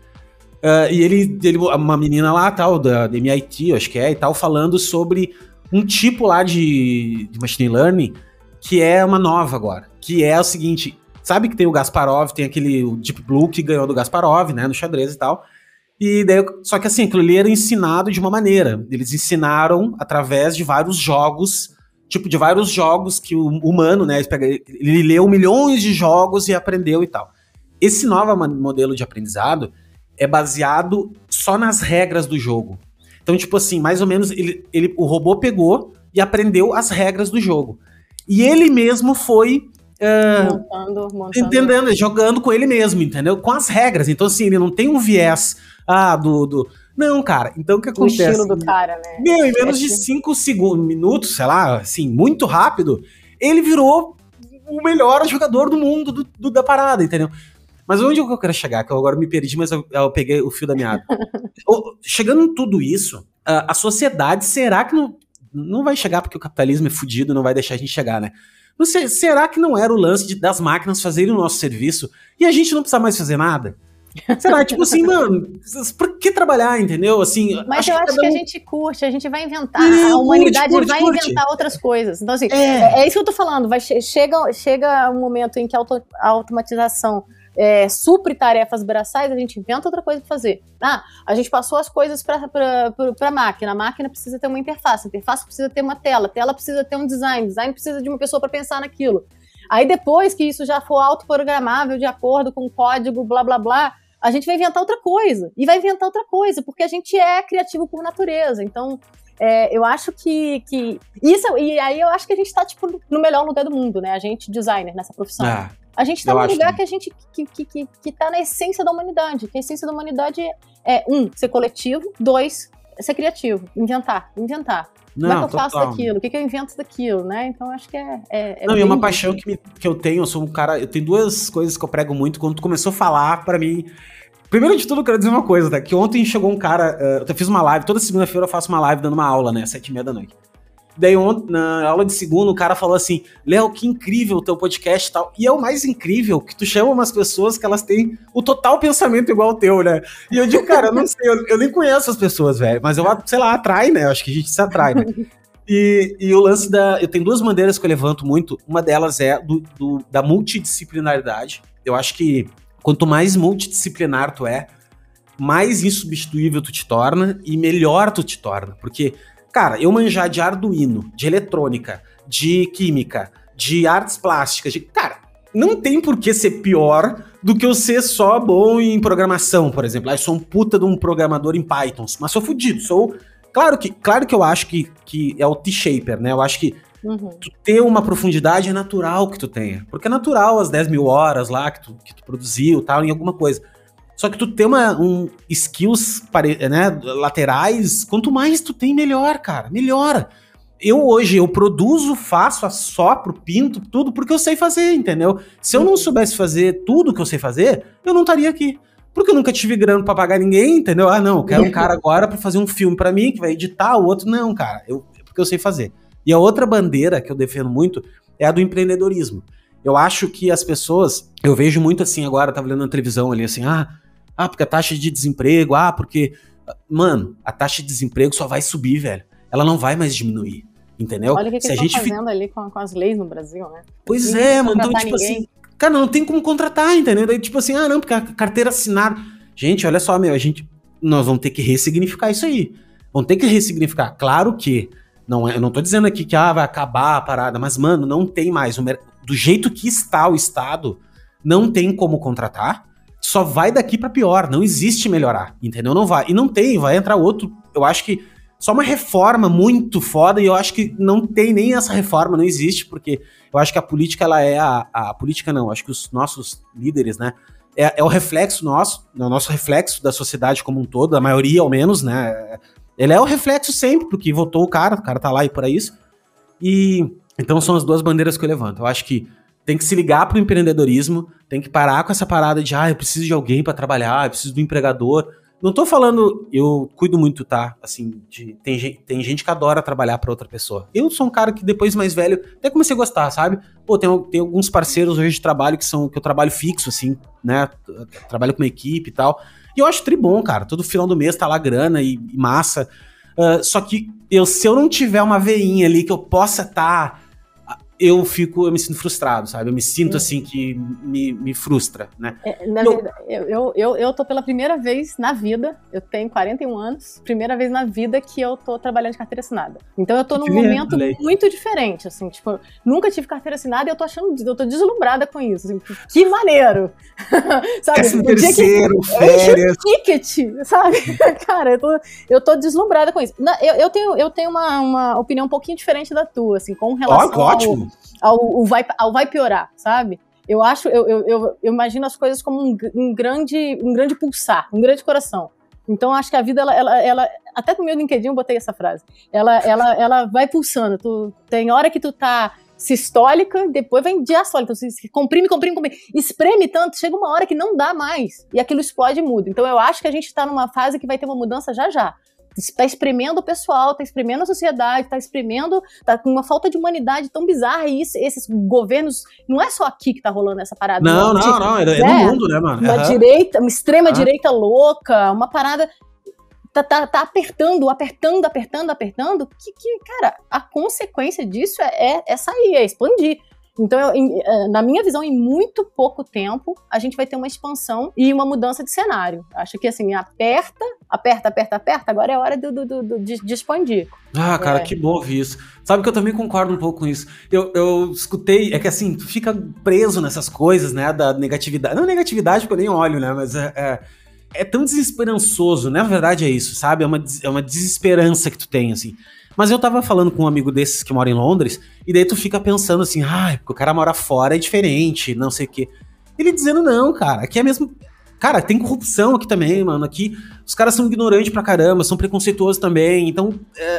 E ele, uma menina lá, tal, da MIT, eu acho que e tal, falando sobre um tipo lá de machine learning que é uma nova agora, que é o seguinte, sabe que tem o Kasparov, tem o Deep Blue que ganhou do Kasparov, né, no xadrez e tal, e daí, só que assim, aquilo ali era ensinado de uma maneira, eles ensinaram através de vários jogos, de vários jogos que o humano, né, ele leu milhões de jogos e aprendeu e tal. Esse novo modelo de aprendizado é baseado só nas regras do jogo. Então, tipo assim, mais ou menos, o robô pegou e aprendeu as regras do jogo. E ele mesmo foi montando. Entendendo, jogando com ele mesmo, entendeu? Com as regras. Então, assim, ele não tem um viés Não, cara. Então, o que acontece? O estilo do cara, né? Em menos de 5 minutos, sei lá, assim, muito rápido, ele virou o melhor jogador do mundo da parada, entendeu? Mas onde eu quero chegar? Que eu agora me perdi, mas eu peguei o fio da meada. Chegando em tudo isso, a sociedade, será que não vai chegar porque o capitalismo é fudido, não vai deixar a gente chegar, né? Mas será que não era o lance das máquinas fazerem o nosso serviço e a gente não precisar mais fazer nada? Será? Tipo assim, mano, por que trabalhar, entendeu? Assim, mas eu acho que a gente curte, a gente vai inventar, a humanidade vai inventar outras coisas. Então, assim, é isso que eu tô falando. Chega um momento em que a automatização supre tarefas braçais, a gente inventa outra coisa pra fazer. A gente passou as coisas pra máquina. A máquina precisa ter uma interface. A interface precisa ter uma tela. A tela precisa ter um design. Design precisa de uma pessoa para pensar naquilo. Aí depois que isso já for autoprogramável de acordo com o código, blá, blá, blá, a gente vai inventar outra coisa. E vai inventar outra coisa, porque a gente é criativo por natureza. Então, eu acho que isso... E aí eu acho que a gente tá, tipo, no melhor lugar do mundo, né? A gente, designer, nessa profissão. A gente tá num lugar que a gente... que tá na essência da humanidade. Que a essência da humanidade é, ser coletivo. 2, ser criativo. Inventar. Como é que eu faço daquilo? O que eu invento daquilo, né? Então, acho que Não, e uma paixão que eu tenho, eu sou um cara... Eu tenho 2 coisas que eu prego muito. Quando tu começou a falar, pra mim... Primeiro de tudo, eu quero dizer uma coisa, tá? Que ontem chegou um cara... eu fiz uma live, toda segunda-feira eu faço uma live dando uma aula, né? 7h30 da noite. Daí ontem, na aula de segunda, o cara falou assim, Léo, que incrível o teu podcast e tal. E é o mais incrível que tu chama umas pessoas que elas têm o total pensamento igual ao teu, né? E eu digo, cara, eu não sei, eu nem conheço as pessoas, velho. Mas eu, sei lá, atrai, né? Eu acho que a gente se atrai, né? E o lance eu tenho 2 bandeiras que eu levanto muito. Uma delas é da multidisciplinaridade. Eu acho que quanto mais multidisciplinar tu é, mais insubstituível tu te torna e melhor tu te torna. Porque... Cara, eu manjar de Arduino, de eletrônica, de química, de artes plásticas, cara, não tem por que ser pior do que eu ser só bom em programação, por exemplo. Eu sou um puta de um programador em Python, mas sou fudido, Claro que eu acho que é o T-Shaper, né? Eu acho que tu ter uma profundidade é natural que tu tenha. Porque é natural as 10 mil horas lá que tu produziu, tal, em alguma coisa. Só que tu tem skills, né, laterais, quanto mais tu tem, melhor, cara, melhora. Hoje, eu produzo, faço, assopro, pinto, tudo, porque eu sei fazer, entendeu? Se eu não soubesse fazer tudo que eu sei fazer, eu não estaria aqui. Porque eu nunca tive grana pra pagar ninguém, entendeu? Ah, não, eu quero um cara agora pra fazer um filme pra mim, que vai editar, o outro não, cara, porque eu sei fazer. E a outra bandeira que eu defendo muito é a do empreendedorismo. Eu acho que as pessoas, eu vejo muito assim agora, tava olhando na televisão ali assim, porque a taxa de desemprego, porque... Mano, a taxa de desemprego só vai subir, velho. Ela não vai mais diminuir, entendeu? Olha o que eles estão fazendo ali com as leis no Brasil, né? Pois é, mano, então tipo assim, cara, não tem como contratar, entendeu? Daí tipo assim, não, porque a carteira assinada... Gente, olha só, nós vamos ter que ressignificar isso aí. Vamos ter que ressignificar. Claro que, eu não tô dizendo aqui que vai acabar a parada, mas, mano, não tem mais. Do jeito que está o Estado, não tem como contratar, só vai daqui pra pior, não existe melhorar, entendeu? Não vai. E não tem, vai entrar outro, eu acho que só uma reforma muito foda, e eu acho que não tem nem essa reforma, não existe, porque eu acho que a política, ela é a política não, acho que os nossos líderes, né, é o reflexo nosso, é o nosso reflexo da sociedade como um todo, da maioria ao menos, né, ele é o reflexo sempre, porque votou o cara tá lá e por isso, e então são as duas bandeiras que eu levanto. Eu acho que tem que se ligar pro empreendedorismo, tem que parar com essa parada de, eu preciso de alguém pra trabalhar, eu preciso do empregador. Não tô falando, eu cuido muito, tá? Assim, tem gente que adora trabalhar pra outra pessoa. Eu sou um cara que depois mais velho, até comecei a gostar, sabe? Pô, tem alguns parceiros hoje de trabalho que eu trabalho fixo, assim, né? Trabalho com uma equipe e tal. E eu acho tribom, cara. Todo final do mês tá lá grana e massa. Só que se eu não tiver uma veinha ali que eu possa estar... eu me sinto frustrado, sabe? Eu me sinto assim que me frustra, né? Na verdade, eu tô pela primeira vez na vida, eu tenho 41 anos, primeira vez na vida que eu tô trabalhando de carteira assinada. Então eu tô num momento muito diferente, assim, tipo, nunca tive carteira assinada e eu tô deslumbrada com isso, assim, que maneiro! Sabe? Terceiro, férias... ticket, sabe? Cara, eu tô deslumbrada com isso. Eu tenho uma opinião um pouquinho diferente da tua, assim, com relação ótimo. ao vai piorar, sabe? Eu imagino as coisas como um grande pulsar, um grande coração. Então, acho que a vida, ela até no meu LinkedIn eu botei essa frase, ela vai pulsando. Tem hora que tu tá sistólica, depois vem diastólica, tu comprime, espreme tanto, chega uma hora que não dá mais, e aquilo explode e muda. Então, eu acho que a gente tá numa fase que vai ter uma mudança já. Tá espremendo o pessoal, tá espremendo a sociedade, tá com uma falta de humanidade tão bizarra, e esses governos, não é só aqui que tá rolando essa parada. Não, é no mundo, né, mano? Uma extrema direita louca, uma parada, tá apertando, que, cara, a consequência disso é sair, é expandir. Então, na minha visão, em muito pouco tempo, a gente vai ter uma expansão e uma mudança de cenário. Acho que, assim, aperta, agora é hora de expandir. Cara, que bom ouvir isso. Sabe que eu também concordo um pouco com isso. Eu escutei, é que assim, tu fica preso nessas coisas, né, da negatividade. Não negatividade, porque eu nem olho, né, mas é tão desesperançoso, né, na verdade é isso, sabe? É uma desesperança que tu tem, assim. Mas eu tava falando com um amigo desses que mora em Londres, e daí tu fica pensando assim, porque o cara mora fora é diferente, não sei o quê. Ele dizendo, não, cara, aqui é mesmo... Cara, tem corrupção aqui também, mano, aqui os caras são ignorantes pra caramba, são preconceituosos também, então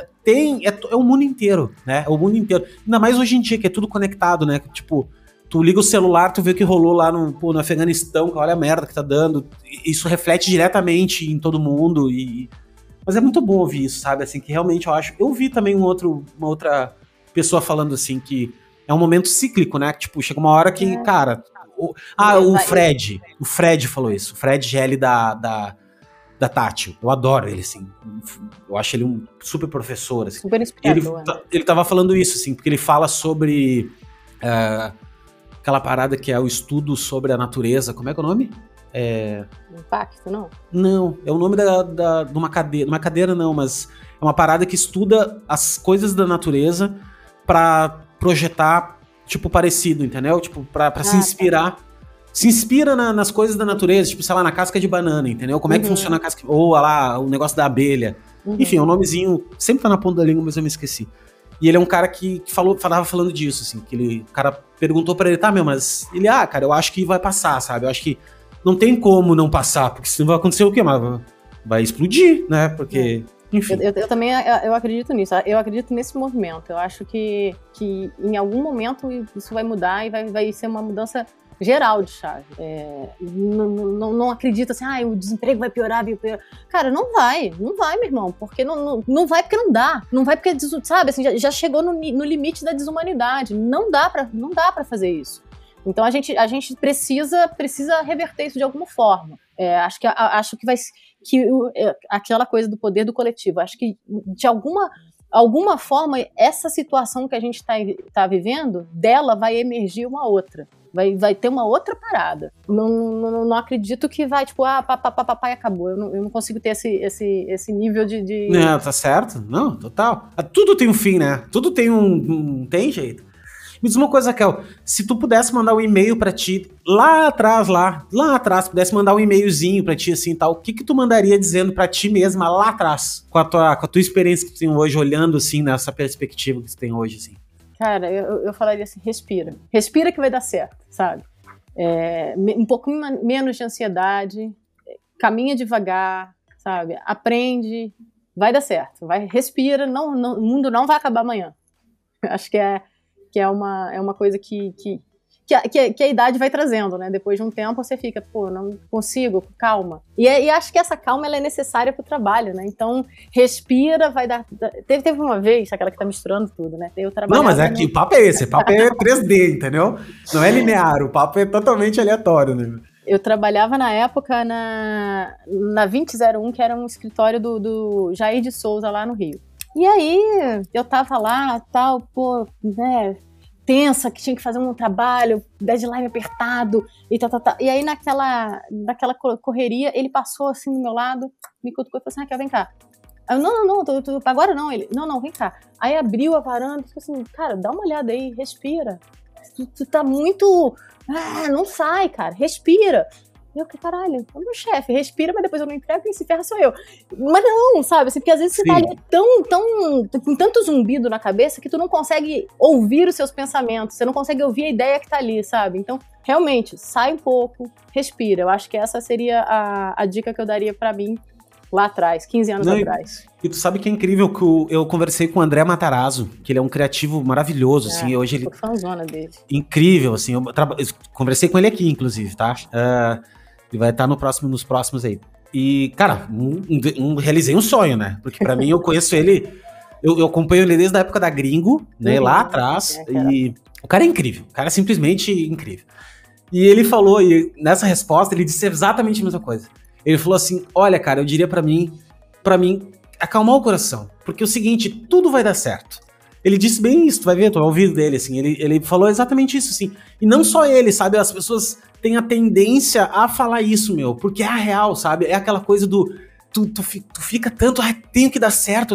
é o mundo inteiro, né, é o mundo inteiro. Ainda mais hoje em dia, que é tudo conectado, né, tipo, tu liga o celular, tu vê o que rolou lá no Afeganistão, olha a merda que tá dando, isso reflete diretamente em todo mundo, Mas é muito bom ouvir isso, sabe? Assim, que realmente eu acho... Eu vi também uma outra pessoa falando assim que é um momento cíclico, né? Que, tipo, chega uma hora que, cara... O Fred falou isso. O Fred GL da Tátil. Eu adoro ele, assim. Eu acho ele um super professor, assim. Super inspirador. Ele tava falando isso, assim, porque ele fala sobre aquela parada que é o estudo sobre a natureza. Como é que é o nome? Impacto, não? Não, é o nome de uma cadeira. Uma cadeira não, mas é uma parada que estuda as coisas da natureza pra projetar, tipo, parecido, entendeu? Tipo, pra se inspirar. Tá. Se inspira nas coisas da natureza, tipo, sei lá, na casca de banana, entendeu? Como é que funciona a casca... Ou lá, o negócio da abelha. Enfim, é um nomezinho... Sempre tá na ponta da língua, mas eu me esqueci. E ele é um cara que tava falando disso, assim. O cara perguntou pra ele, mas... Ele, cara, eu acho que vai passar, sabe? Eu acho que não tem como não passar, porque senão vai acontecer o quê? Mas vai explodir, né? Porque, enfim. Eu também eu acredito nisso. Eu acredito nesse movimento. Eu acho que em algum momento isso vai mudar e vai ser uma mudança geral de chave. Não acredita assim, o desemprego vai piorar. Cara, não vai, meu irmão, porque não vai porque não dá. Não vai porque, sabe, assim, já chegou no limite da desumanidade. Não dá pra fazer isso. Então a gente precisa reverter isso de alguma forma. Acho que vai aquela coisa do poder do coletivo. Acho que de alguma forma essa situação que a gente tá vivendo, dela vai emergir uma outra. Vai ter uma outra parada. Não acredito que vai, tipo, papai, acabou. Eu não consigo ter esse nível de... Não, tá certo. Não, total. Tudo tem um fim, né? Tudo tem tem jeito. Me diz uma coisa, Raquel, se tu pudesse mandar um e-mail pra ti, lá atrás, pudesse mandar um e-mailzinho pra ti, assim, tal, o que tu mandaria dizendo pra ti mesma lá atrás, com a tua experiência que tu tem hoje, olhando, assim, nessa perspectiva que tu tem hoje, assim? Cara, eu falaria assim, respira. Respira que vai dar certo, sabe? Um pouquinho menos de ansiedade, caminha devagar, sabe? Aprende, vai dar certo. Respira, o mundo não vai acabar amanhã. Acho que é uma coisa que a idade vai trazendo, né? Depois de um tempo você fica, não consigo, calma. E acho que essa calma ela é necessária pro trabalho, né? Então, respira, vai dar... Teve uma vez, aquela que tá misturando tudo, né? Não, mas o papo é esse, o papo é 3D, entendeu? Não é linear, o papo é totalmente aleatório, né? Eu trabalhava na época na 2001, que era um escritório do Jair de Souza lá no Rio. E aí, eu tava lá, tal, né, tensa, que tinha que fazer um trabalho, deadline apertado, e tal. E aí, naquela correria, ele passou assim do meu lado, me cutucou e falou assim, Raquel, vem cá. Eu, não, agora não. Ele, não, vem cá. Aí abriu a varanda e falou assim, cara, dá uma olhada aí, respira. Tu tá muito... não sai, cara, respira. Eu, que caralho, é o meu chefe, respira, mas depois eu não entrego, quem se ferra sou eu. Mas não, sabe, assim, porque às vezes você tá ali com tanto zumbido na cabeça que tu não consegue ouvir os seus pensamentos, você não consegue ouvir a ideia que tá ali, sabe? Então, realmente, sai um pouco, respira. Eu acho que essa seria a dica que eu daria pra mim lá atrás, 15 anos atrás. E tu sabe que é incrível que eu conversei com o André Matarazzo, que ele é um criativo maravilhoso, assim, hoje ele... Tô fãzona dele. Incrível, assim, eu conversei com ele aqui, inclusive, tá? Ele vai estar nos próximos aí. E, cara, realizei um sonho, né? Porque pra mim, eu conheço ele... Eu acompanho ele desde a época da Gringo, né? Lá atrás. E o cara é incrível. O cara é simplesmente incrível. E ele falou, e nessa resposta, ele disse exatamente a mesma coisa. Ele falou assim, olha, cara, eu diria pra mim, acalmar o coração. Porque é o seguinte, tudo vai dar certo. Ele disse bem isso, tu vai ver, tu vai ouvir dele, assim. Ele falou exatamente isso, assim. E não só ele, sabe? As pessoas têm a tendência a falar isso, porque é a real, sabe? É aquela coisa do... Tu fica tanto, tenho que dar certo.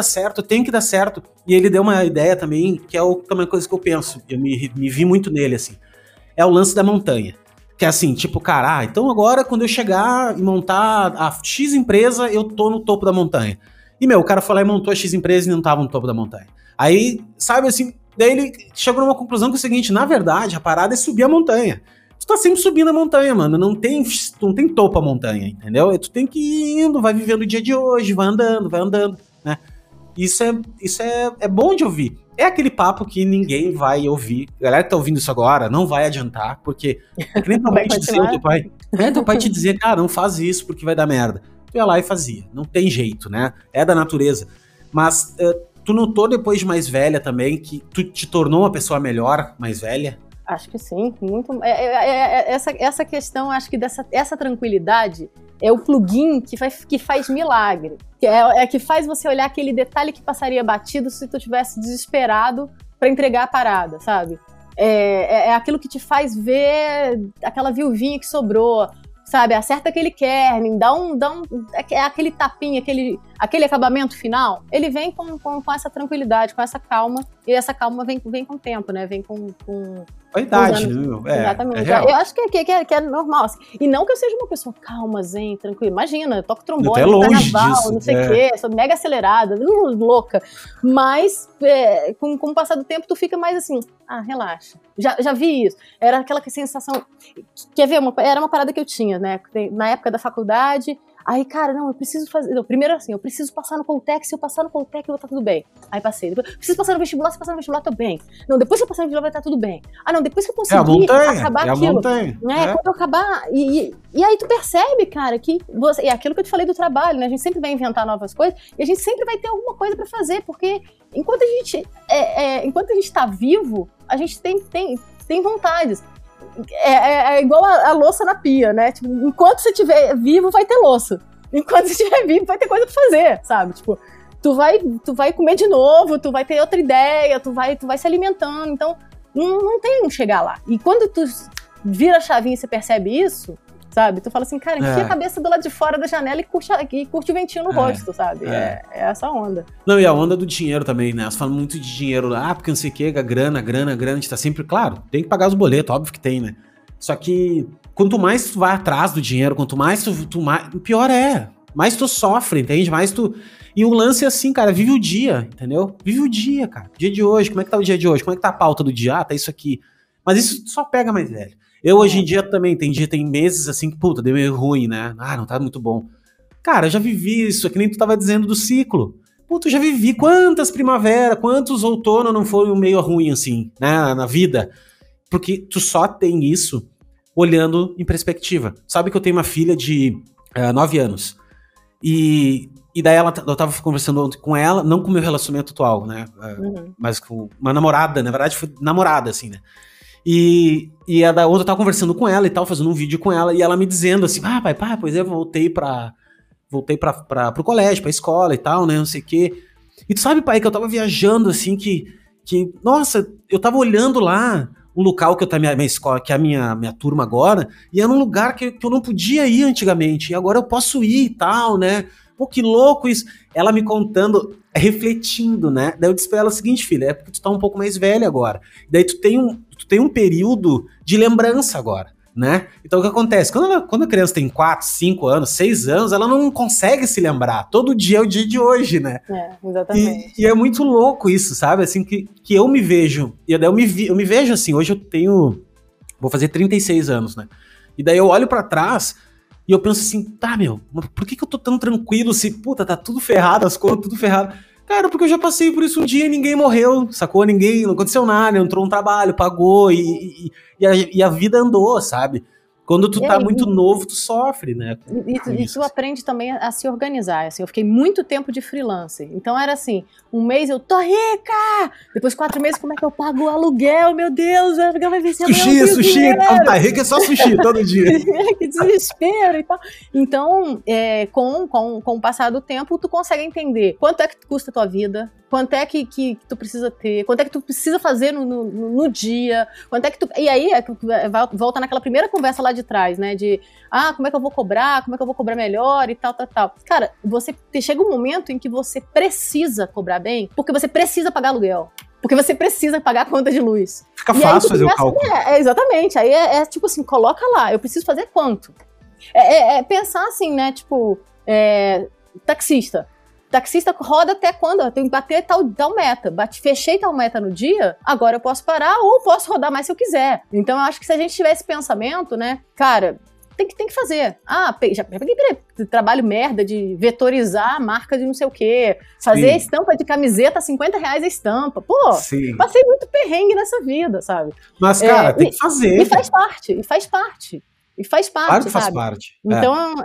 E ele deu uma ideia também, que é também coisa que eu penso. Eu me vi muito nele, assim. É o lance da montanha. Que é assim, tipo, cara, então agora quando eu chegar e montar a X empresa, eu tô no topo da montanha. E, o cara foi lá e montou a X empresa e não tava no topo da montanha. Aí, sabe assim, daí ele chegou numa conclusão que é o seguinte, na verdade, a parada é subir a montanha. Tu tá sempre subindo a montanha, mano, não tem topo a montanha, entendeu? E tu tem que ir indo, vai vivendo o dia de hoje, vai andando, né? Isso é bom de ouvir. É aquele papo que ninguém vai ouvir. A galera que tá ouvindo isso agora não vai adiantar, porque é que nem tua mãe te dizer, teu pai te dizer, cara, não faz isso porque vai dar merda. Tu ia lá e fazia. Não tem jeito, né? É da natureza. Mas tu notou depois de mais velha também que tu te tornou uma pessoa melhor, mais velha? Acho que sim, muito. Essa questão, acho que essa tranquilidade é o plugin que faz milagre. Que faz você olhar aquele detalhe que passaria batido se tu tivesse desesperado pra entregar a parada, sabe? É aquilo que te faz ver aquela viuvinha que sobrou, sabe? Acerta aquele kernel, é aquele tapinha, aquele acabamento final. Ele vem com essa tranquilidade, com essa calma, e essa calma vem com o tempo, né? Vem com a idade, né? Exatamente. Eu acho que é normal. Assim. E não que eu seja uma pessoa calma, zen, tranquila. Imagina, eu toco trombone, até longe carnaval, disso, não sei o quê, sou mega acelerada, louca. Mas, com o passar do tempo, tu fica mais assim, relaxa. Já vi isso. Era aquela sensação... Quer ver? Era uma parada que eu tinha, né? Na época da faculdade, Aí, cara, não, eu preciso fazer... Não, primeiro assim, eu preciso passar no Coltec, se eu passar no Coltec, eu vou estar tudo bem. Aí passei. Depois, preciso passar no vestibular, se passar no vestibular, tô bem. Não, depois que eu passar no vestibular, vai estar tudo bem. Ah, não, depois que eu conseguir acabar aquilo. Quando eu acabar... E aí tu percebe, cara, que... É aquilo que eu te falei do trabalho, né? A gente sempre vai inventar novas coisas e a gente sempre vai ter alguma coisa pra fazer, porque enquanto a gente tá vivo, a gente tem vontades. É igual a louça na pia, né? Tipo, enquanto você estiver vivo, vai ter louça. Enquanto você estiver vivo, vai ter coisa pra fazer, sabe? Tipo, tu vai comer de novo, tu vai ter outra ideia, tu vai se alimentando. Então, não tem um chegar lá. E quando tu vira a chavinha e você percebe isso, sabe? Tu fala assim, cara, enfia a cabeça do lado de fora da janela e curte o ventinho no rosto, sabe? É essa onda. Não, e a onda do dinheiro também, né? Elas falam muito de dinheiro lá, porque não sei o que, grana, a gente tá sempre, claro, tem que pagar os boletos, óbvio que tem, né? Só que quanto mais tu vai atrás do dinheiro, quanto mais tu pior mais tu sofre, entende? Mais tu... E o lance é assim, cara, vive o dia, entendeu? Vive o dia, cara. Dia de hoje, como é que tá o dia de hoje? Como é que tá a pauta do dia? Ah, tá isso aqui. Mas isso só pega mais velho. Eu hoje em dia também, tem meses assim que, puta, deu meio ruim, né? Ah, não tá muito bom. Cara, eu já vivi isso, é que nem tu tava dizendo do ciclo. Puta, eu já vivi quantas primavera, quantos outono não foi meio ruim assim, né, na vida. Porque tu só tem isso olhando em perspectiva. Sabe que eu tenho uma filha de 9 anos. E daí eu tava conversando ontem com ela, não com o meu relacionamento atual, né? Mas com uma namorada, na verdade foi namorada, assim, né? E a da outra eu tava conversando com ela e tal, fazendo um vídeo com ela, e ela me dizendo assim, pai, pois é, voltei pro colégio, pra escola e tal, né, não sei o quê. E tu sabe, pai, que eu tava viajando, assim, que nossa, eu tava olhando lá um local que eu tá minha escola, que é a minha turma agora, e era um lugar que eu não podia ir antigamente, e agora eu posso ir e tal, né. Pô, que louco isso. Ela me contando, refletindo, né? Daí eu disse pra ela o seguinte, filha, é porque tu tá um pouco mais velha agora. Daí tu tem um período de lembrança agora, né? Então o que acontece? Quando a criança tem 4, 5 anos, 6 anos, ela não consegue se lembrar. Todo dia é o dia de hoje, né? Exatamente. E é muito louco isso, sabe? Assim, que eu me vejo. E daí eu me vejo assim, hoje vou fazer 36 anos, né? E daí eu olho pra trás... E eu penso assim, tá, mas por que eu tô tão tranquilo se, puta, tá tudo ferrado, as contas tudo ferrado? Cara, porque eu já passei por isso um dia e ninguém morreu, sacou? Não aconteceu nada, entrou um trabalho, pagou e a vida andou, sabe? Quando tu tá muito novo, tu sofre, né? E tu aprende também a se organizar. Assim, eu fiquei muito tempo de freelancer. Então era assim, um mês eu tô rica! Depois 4 meses, como é que eu pago o aluguel? Meu Deus, o aluguel vai vencer. Sushi! Tá rica é só sushi todo dia. Que desespero e tal. Então, com o passar do tempo, tu consegue entender quanto é que custa a tua vida, quanto é que tu precisa ter, quanto é que tu precisa fazer no dia, quanto é que tu... E aí, volta naquela primeira conversa lá de trás, né, de, como é que eu vou cobrar melhor e tal. Cara, chega um momento em que você precisa cobrar bem, porque você precisa pagar aluguel. Porque você precisa pagar a conta de luz. Fica fácil fazer o cálculo. Exatamente. Aí tipo assim, coloca lá, eu preciso fazer quanto? Pensar assim, né, tipo, taxista roda até quando? Eu tenho que bater tal meta. Fechei tal meta no dia, agora eu posso parar ou posso rodar mais se eu quiser. Então eu acho que se a gente tiver esse pensamento, né, cara, tem que fazer. Já peguei trabalho merda de vetorizar a marca de não sei o quê, fazer a estampa de camiseta, R$50 a estampa. Pô, passei muito perrengue nessa vida, sabe? Mas, cara, tem que fazer. E faz parte. Claro que faz sabe? parte. Então,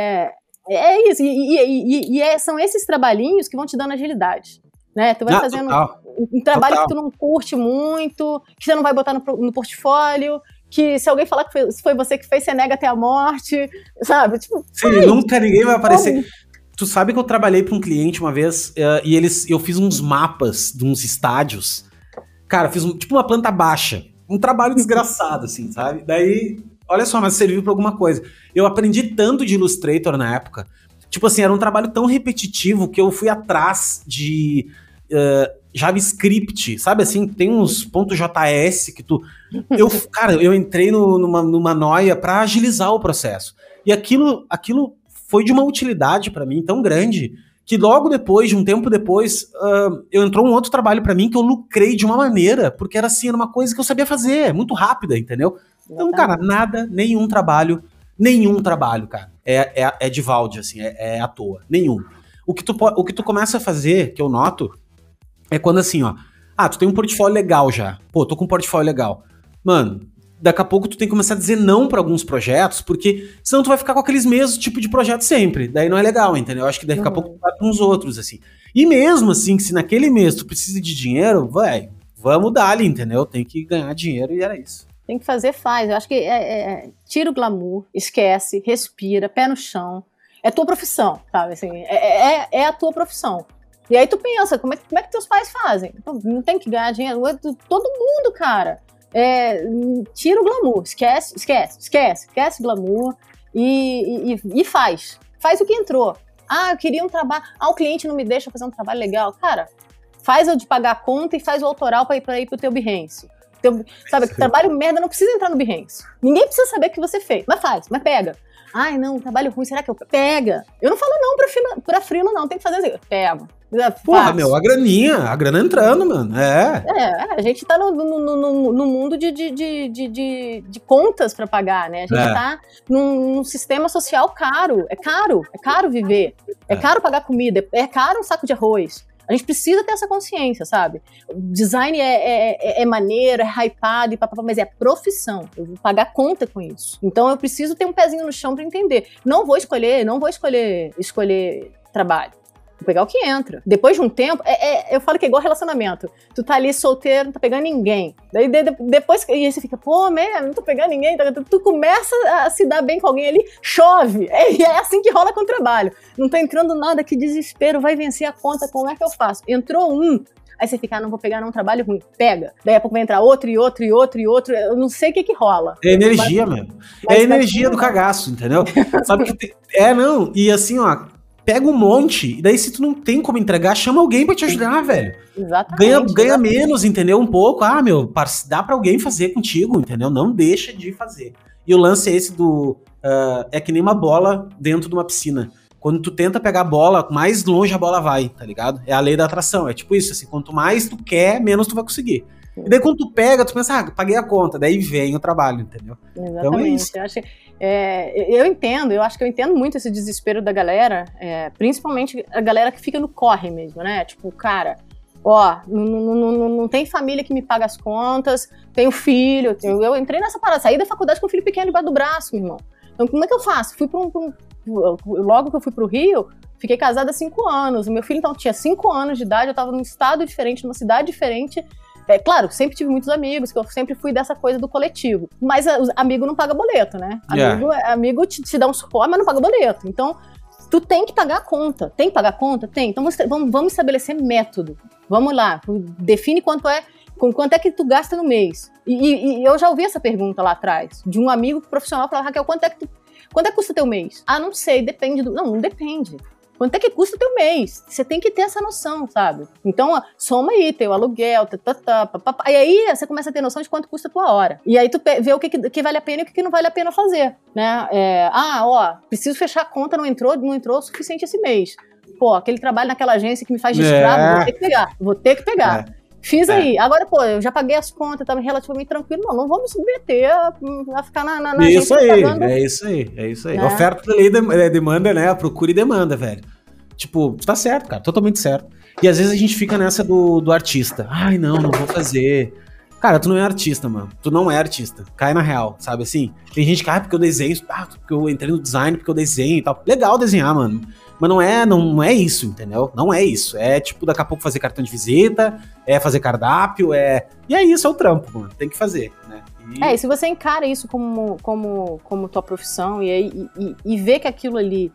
é isso, são esses trabalhinhos que vão te dando agilidade, né? Tu vai fazendo um trabalho que tu não curte muito, que você não vai botar no portfólio, que se alguém falar que foi você que fez, você nega até a morte, sabe? Tipo, nunca ninguém vai aparecer. Tu sabe que eu trabalhei para um cliente uma vez e eu fiz uns mapas de uns estádios. Cara, fiz tipo uma planta baixa. Um trabalho desgraçado, assim, sabe? Daí... Olha só, mas serviu pra alguma coisa. Eu aprendi tanto de Illustrator na época. Tipo assim, era um trabalho tão repetitivo que eu fui atrás de JavaScript, sabe assim? Tem uns .js que tu... eu entrei numa noia pra agilizar o processo. E aquilo foi de uma utilidade pra mim tão grande que logo depois, de um tempo depois, entrou um outro trabalho pra mim que eu lucrei de uma maneira, porque era assim, era uma coisa que eu sabia fazer, muito rápida, entendeu? Então, cara, nenhum trabalho, cara, é de balde, assim, é à toa. Nenhum. O que tu começa a fazer, que eu noto, é quando assim, ó, tu tem um portfólio legal já. Pô, tô com um portfólio legal. Mano, daqui a pouco tu tem que começar a dizer não pra alguns projetos, porque senão tu vai ficar com aqueles mesmos tipos de projetos sempre. Daí não é legal, entendeu? Eu acho que daqui a pouco tu vai pra uns outros, assim. E mesmo assim, que se naquele mês tu precisa de dinheiro, vamos dar ali, entendeu? Tem que ganhar dinheiro e era isso. Tem que fazer, faz. Eu acho que tira o glamour, esquece, respira, pé no chão. É tua profissão, sabe? Assim, é a tua profissão. E aí tu pensa, como é que teus pais fazem? Não tem que ganhar dinheiro. Todo mundo, cara. Tira o glamour, esquece o glamour e faz. Faz o que entrou. Eu queria um trabalho. O cliente não me deixa fazer um trabalho legal. Cara, faz eu de pagar a conta e faz o autoral pra ir pro teu Behance. Sabe, trabalho merda não precisa entrar no Behance. Ninguém precisa saber o que você fez, mas pega. Não, trabalho ruim, será que eu... Pega. Eu não falo não pra freela, não, tem que fazer assim, pega. Porra, a grana entrando, mano, a gente tá no mundo de contas pra pagar, né? A gente tá num sistema social caro. É caro viver. É caro pagar comida, é caro um saco de arroz. A gente precisa ter essa consciência, sabe? O design é maneiro, é hypado, mas é profissão. Eu vou pagar conta com isso. Então eu preciso ter um pezinho no chão pra entender. Não vou escolher trabalho. Vou pegar o que entra. Depois de um tempo, eu falo que é igual relacionamento. Tu tá ali solteiro, não tá pegando ninguém. Daí depois e aí você fica, não tô pegando ninguém. Tu começa a se dar bem com alguém ali, chove. É assim que rola com o trabalho. Não tá entrando nada, que desespero, vai vencer a conta, como é que eu faço? Entrou aí você fica, não vou pegar não, trabalho ruim. Pega. Daí a pouco vai entrar outro, eu não sei o que rola. É energia, mesmo. É a energia do cagaço, entendeu? Sabe que e assim, ó, pega um monte, e daí se tu não tem como entregar, chama alguém pra te ajudar, velho. Exatamente. Ganha menos, entendeu? Um pouco. Dá pra alguém fazer contigo, entendeu? Não deixa de fazer. E o lance é esse é que nem uma bola dentro de uma piscina. Quando tu tenta pegar a bola, mais longe a bola vai, tá ligado? É a lei da atração, é tipo isso, assim, quanto mais tu quer, menos tu vai conseguir. E daí quando tu pega, tu pensa, paguei a conta, daí vem o trabalho, entendeu? Exatamente. Então é isso. Eu acho que eu entendo muito esse desespero da galera, principalmente a galera que fica no corre mesmo, né? Tipo, cara, não tem família que me paga as contas, tenho filho, eu entrei nessa parada, saí da faculdade com um filho pequeno debaixo do braço, meu irmão. Então como é que eu faço? Logo que eu fui pro Rio, fiquei casada há 5 anos, o meu filho então tinha 5 anos de idade, eu tava num estado diferente, numa cidade diferente. Claro, sempre tive muitos amigos, que eu sempre fui dessa coisa do coletivo. Mas amigo não paga boleto, né? Amigo te dá um suporte, mas não paga boleto. Então, tu tem que pagar a conta. Tem que pagar a conta? Tem. Então, vamos estabelecer método. Vamos lá, define quanto é que tu gasta no mês. E eu já ouvi essa pergunta lá atrás, de um amigo profissional, falar, Raquel, quanto é que custa teu mês? Não sei, depende não depende. Quanto é que custa o teu mês? Você tem que ter essa noção, sabe? Então, soma aí, teu aluguel, e aí você começa a ter noção de quanto custa a tua hora. E aí tu vê o que vale a pena e o que não vale a pena fazer, né? Preciso fechar a conta, não entrou o suficiente esse mês. Pô, aquele trabalho naquela agência que me faz de escravo, vou ter que pegar. Fiz aí. Agora, eu já paguei as contas, tava relativamente tranquilo. Não vou me submeter a ficar na isso aí, pagando. É isso aí. Né? Oferta da lei demanda, né? Procura e demanda, velho. Tipo, tá certo, cara. Totalmente certo. E às vezes a gente fica nessa do artista. Não vou fazer. Cara, tu não é artista, mano. Tu não é artista. Cai na real, sabe assim? Tem gente que, porque eu desenho, porque eu entrei no design, porque eu desenho e tal. Legal desenhar, mano. Mas não é isso, entendeu? Não é isso. É tipo, daqui a pouco fazer cartão de visita, fazer cardápio, E é isso, é o trampo, mano. Tem que fazer, né? E se você encara isso como tua profissão e vê que aquilo ali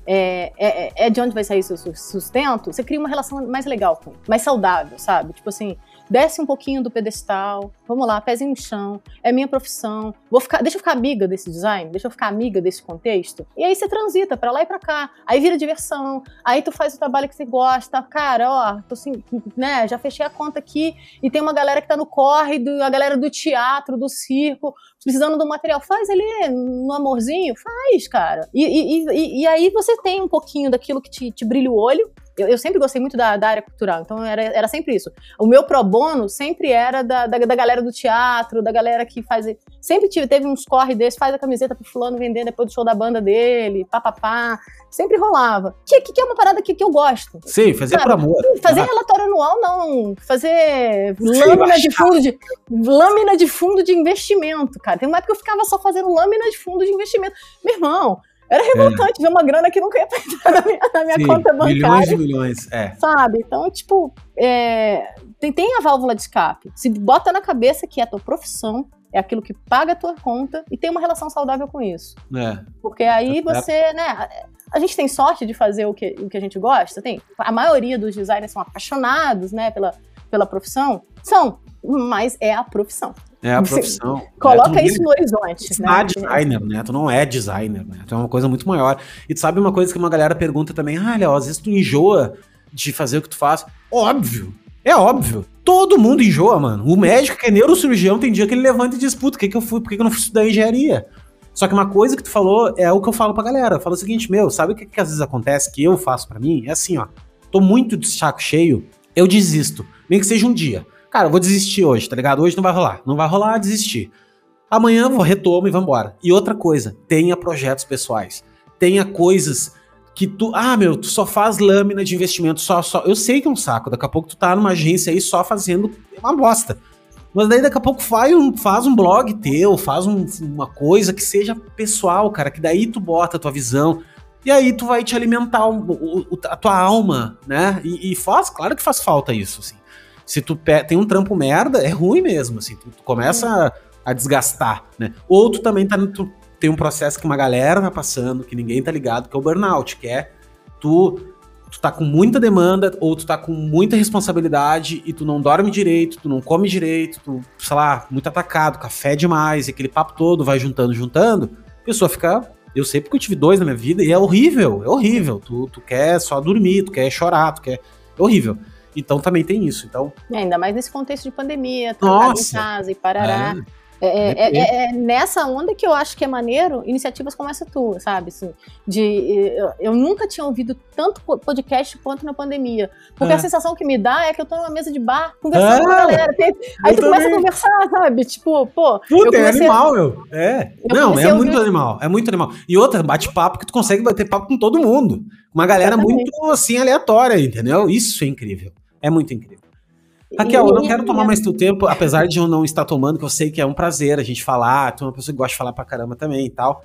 é de onde vai sair seu sustento, você cria uma relação mais legal com ele, mais saudável, sabe? Tipo assim, desce um pouquinho do pedestal, vamos lá, pezinho no chão, é minha profissão, deixa eu ficar amiga desse design, deixa eu ficar amiga desse contexto, e aí você transita pra lá e pra cá, aí vira diversão, aí tu faz o trabalho que você gosta, cara, tô assim, né, já fechei a conta aqui, e tem uma galera que tá no corre, a galera do teatro, do circo, precisando do material, faz ali no amorzinho, faz, cara, e aí você tem um pouquinho daquilo que te brilha o olho, eu sempre gostei muito da área cultural, então era sempre isso. O meu pro bono sempre era da galera do teatro, da galera que faz... Sempre teve uns corre desses, faz a camiseta pro fulano vender depois do show da banda dele, papapá. Sempre rolava. Que é uma parada que eu gosto. Sim, fazer por amor. Fazer relatório anual, não. Fazer lâmina de fundo de investimento, cara. Tem uma época que eu ficava só fazendo lâmina de fundo de investimento. Meu irmão, era revoltante ver uma grana que nunca ia entrar na minha conta bancária. Milhões e milhões, Sabe? Então, tipo, tem a válvula de escape. Se bota na cabeça que é a tua profissão, é aquilo que paga a tua conta e tem uma relação saudável com isso. Porque aí você, né... A gente tem sorte de fazer o que a gente gosta? A maioria dos designers são apaixonados, né, pela profissão. Mas é a profissão. É a profissão. Coloca isso no horizonte. Tu não é designer, né? Tu não é designer, né? Tu é uma coisa muito maior. E tu sabe uma coisa que uma galera pergunta também, Léo, às vezes tu enjoa de fazer o que tu faz. Óbvio. É óbvio. Todo mundo enjoa, mano. O médico que é neurocirurgião tem dia que ele levanta e diz, puta, por que eu não fui estudar engenharia? Só que uma coisa que tu falou é o que eu falo pra galera. Eu falo o seguinte, sabe o que às vezes acontece que eu faço pra mim? É assim, ó. Tô muito de saco cheio, eu desisto. Nem que seja um dia. Cara, eu vou desistir hoje, tá ligado? Hoje não vai rolar. Não vai rolar, desistir. Amanhã eu retomo e vambora. E outra coisa, tenha projetos pessoais. Tenha coisas que tu só faz lâmina de investimento, só. Eu sei que é um saco. Daqui a pouco tu tá numa agência aí só fazendo uma bosta. Mas daí daqui a pouco faz um blog teu, faz uma coisa que seja pessoal, cara, que daí tu bota a tua visão, e aí tu vai te alimentar a tua alma, né? E claro que faz falta isso, assim. Se tu tem um trampo merda, é ruim mesmo, assim, tu começa a desgastar, né? Ou tu também tu tem um processo que uma galera tá passando, que ninguém tá ligado, que é o burnout, que é tu tá com muita demanda, ou tu tá com muita responsabilidade e tu não dorme direito, tu não come direito, tu, sei lá, muito atacado, café demais, e aquele papo todo vai juntando, a pessoa fica... Eu sei porque eu tive 2 na minha vida e é horrível. Tu quer só dormir, tu quer chorar, é horrível. Então também tem isso, então... ainda mais nesse contexto de pandemia, trancado em casa e parará. É nessa onda que eu acho que é maneiro iniciativas como essa tua, sabe? Assim, eu nunca tinha ouvido tanto podcast quanto na pandemia. Porque a sensação que me dá é que eu tô numa mesa de bar conversando com a galera. Aí tu começa a conversar, sabe? Tipo, é animal, meu. Muito animal. É muito animal. E outra, bate-papo que tu consegue bater papo com todo mundo. Uma galera muito, assim, aleatória, entendeu? Isso é incrível. É muito incrível. Raquel, eu não quero tomar mais teu tempo, apesar de eu não estar tomando, que eu sei que é um prazer a gente falar, tu é uma pessoa que gosta de falar pra caramba também e tal.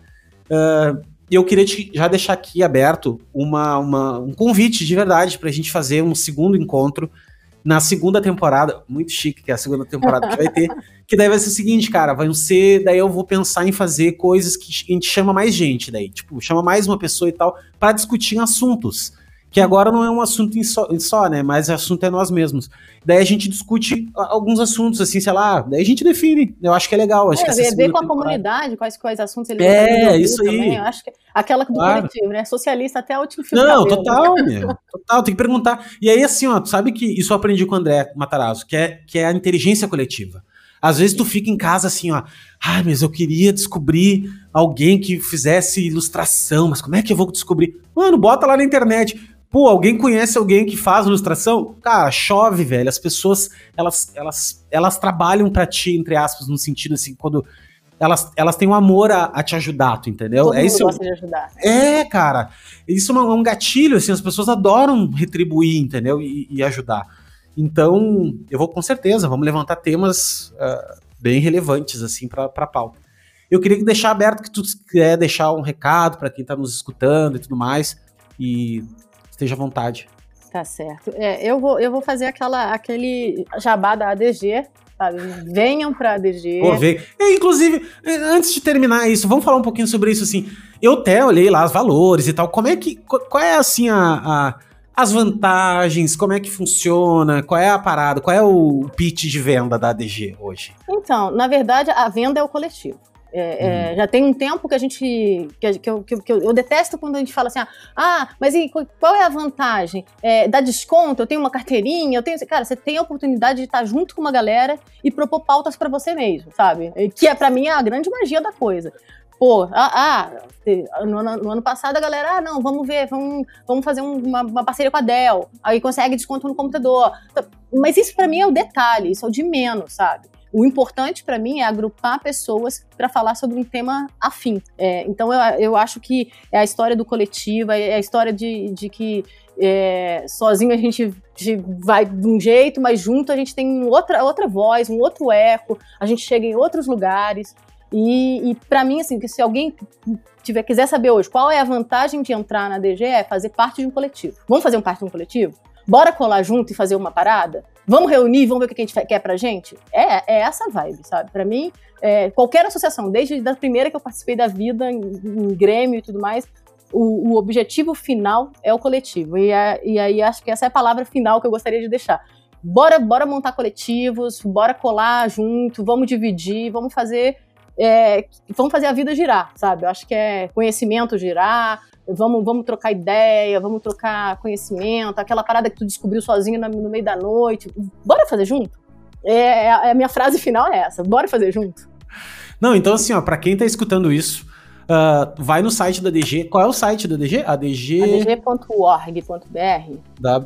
Eu queria já deixar aqui aberto um convite de verdade pra gente fazer um segundo encontro na segunda temporada, muito chique que é a segunda temporada que vai ter, que daí vai ser o seguinte, cara, daí eu vou pensar em fazer coisas que a gente chama mais gente daí, tipo, chama mais uma pessoa e tal, pra discutir assuntos. Que agora não é um assunto só, né? Mas o assunto é nós mesmos. Daí a gente discute alguns assuntos, assim, sei lá, daí a gente define. Eu acho que é legal. Acho que ver com a comunidade, quais assuntos ele isso aí. Também. Eu acho que aquela do coletivo, né? Socialista até o último fio. Não, total, meu. Total, tem que perguntar. E aí, assim, ó, tu sabe que isso eu aprendi com o André Matarazzo, que é a inteligência coletiva. Às vezes tu fica em casa assim, ó, mas eu queria descobrir alguém que fizesse ilustração, mas como é que eu vou descobrir? Mano, bota lá na internet. Pô, alguém conhece alguém que faz ilustração? Cara, chove, velho. As pessoas, elas trabalham pra ti, entre aspas, no sentido assim, quando elas têm um amor a te ajudar, tu entendeu? Todo mundo gosta de ajudar. Cara. Isso é um gatilho, assim, as pessoas adoram retribuir, entendeu? E ajudar. Então, eu vou com certeza, vamos levantar temas bem relevantes, assim, pra pauta. Eu queria deixar aberto que tu quer deixar um recado pra quem tá nos escutando e tudo mais, e... esteja à vontade. Tá certo. Eu vou fazer aquele jabá da ADG, sabe? Venham pra ADG. Inclusive, antes de terminar isso, vamos falar um pouquinho sobre isso, assim. Eu até olhei lá os valores e tal. Qual é, assim, as vantagens? Como é que funciona? Qual é a parada? Qual é o pitch de venda da ADG hoje? Então, na verdade, a venda é o coletivo. Já tem um tempo que a gente que eu detesto quando a gente fala assim, mas e qual é a vantagem? Dá desconto? Eu tenho uma carteirinha? Cara, você tem a oportunidade de estar junto com uma galera e propor pautas pra você mesmo, sabe? Que pra mim é a grande magia da coisa. Pô, no ano passado a galera, não, vamos ver, vamos fazer uma parceria com a Dell, aí consegue desconto no computador. Mas isso pra mim é o detalhe, isso é o de menos, sabe? O importante para mim é agrupar pessoas para falar sobre um tema afim. Então eu acho que é a história do coletivo, é a história de que sozinho a gente vai de um jeito, mas junto a gente tem outra voz, um outro eco, a gente chega em outros lugares. E para mim, assim, que se alguém quiser saber hoje qual é a vantagem de entrar na DG, é fazer parte de um coletivo. Vamos fazer parte de um coletivo? Bora colar junto e fazer uma parada? Vamos reunir, vamos ver o que a gente quer pra gente? É essa vibe, sabe? Pra mim, qualquer associação, desde a primeira que eu participei da vida, em Grêmio e tudo mais, o objetivo final é o coletivo. E aí acho que essa é a palavra final que eu gostaria de deixar. Bora montar coletivos, bora colar junto, vamos dividir, vamos fazer a vida girar, sabe? Eu acho que é conhecimento girar, vamos trocar ideia, vamos trocar conhecimento, aquela parada que tu descobriu sozinho no meio da noite. Bora fazer junto? A minha frase final é essa, bora fazer junto. Não, então assim, ó, pra quem tá escutando isso, vai no site da DG. Qual é o site da DG? adg.org.br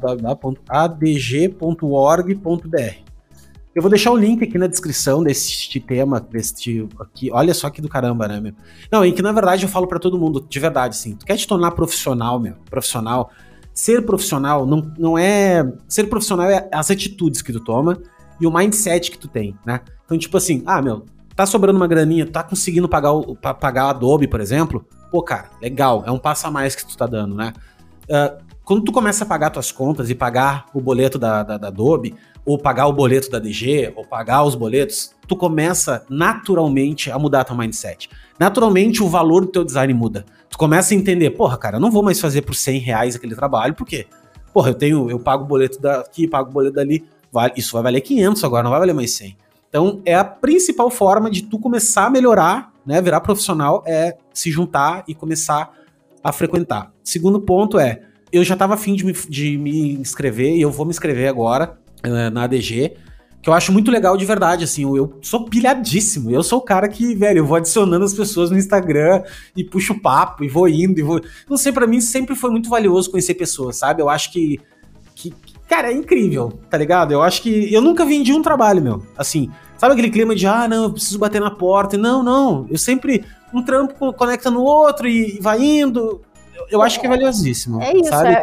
adg.org.br. Eu vou deixar o link aqui na descrição deste tema, aqui. Olha só que do caramba, né, meu? Não, e que na verdade eu falo pra todo mundo, de verdade, assim, tu quer te tornar profissional, meu? Profissional. Ser profissional não é... Ser profissional é as atitudes que tu toma e o mindset que tu tem, né? Então, tipo assim, tá sobrando uma graninha, tá conseguindo pagar a Adobe, por exemplo? Pô, cara, legal, é um passo a mais que tu tá dando, né? Quando tu começa a pagar tuas contas e pagar o boleto da Adobe, ou pagar o boleto da DG, ou pagar os boletos, tu começa naturalmente a mudar teu mindset. Naturalmente o valor do teu design muda. Tu começa a entender, porra, cara, eu não vou mais fazer por R$100 aquele trabalho, porque, porra, eu pago o boleto daqui, pago o boleto dali, isso vai valer 500 agora, não vai valer mais 100. Então é a principal forma de tu começar a melhorar, né, virar profissional, é se juntar e começar a frequentar. Segundo ponto eu já tava afim de me inscrever, e eu vou me inscrever agora na ADG, que eu acho muito legal de verdade, assim, eu sou pilhadíssimo, eu sou o cara que, velho, eu vou adicionando as pessoas no Instagram e puxo papo, e vou indo, não sei, pra mim sempre foi muito valioso conhecer pessoas, sabe? Eu acho que cara, é incrível, tá ligado? Eu acho que eu nunca vendi um trabalho, meu, assim, sabe aquele clima de, não, eu preciso bater na porta, não, eu sempre, um trampo conecta no outro e vai indo. Eu acho que é valiosíssimo. É isso, sabe?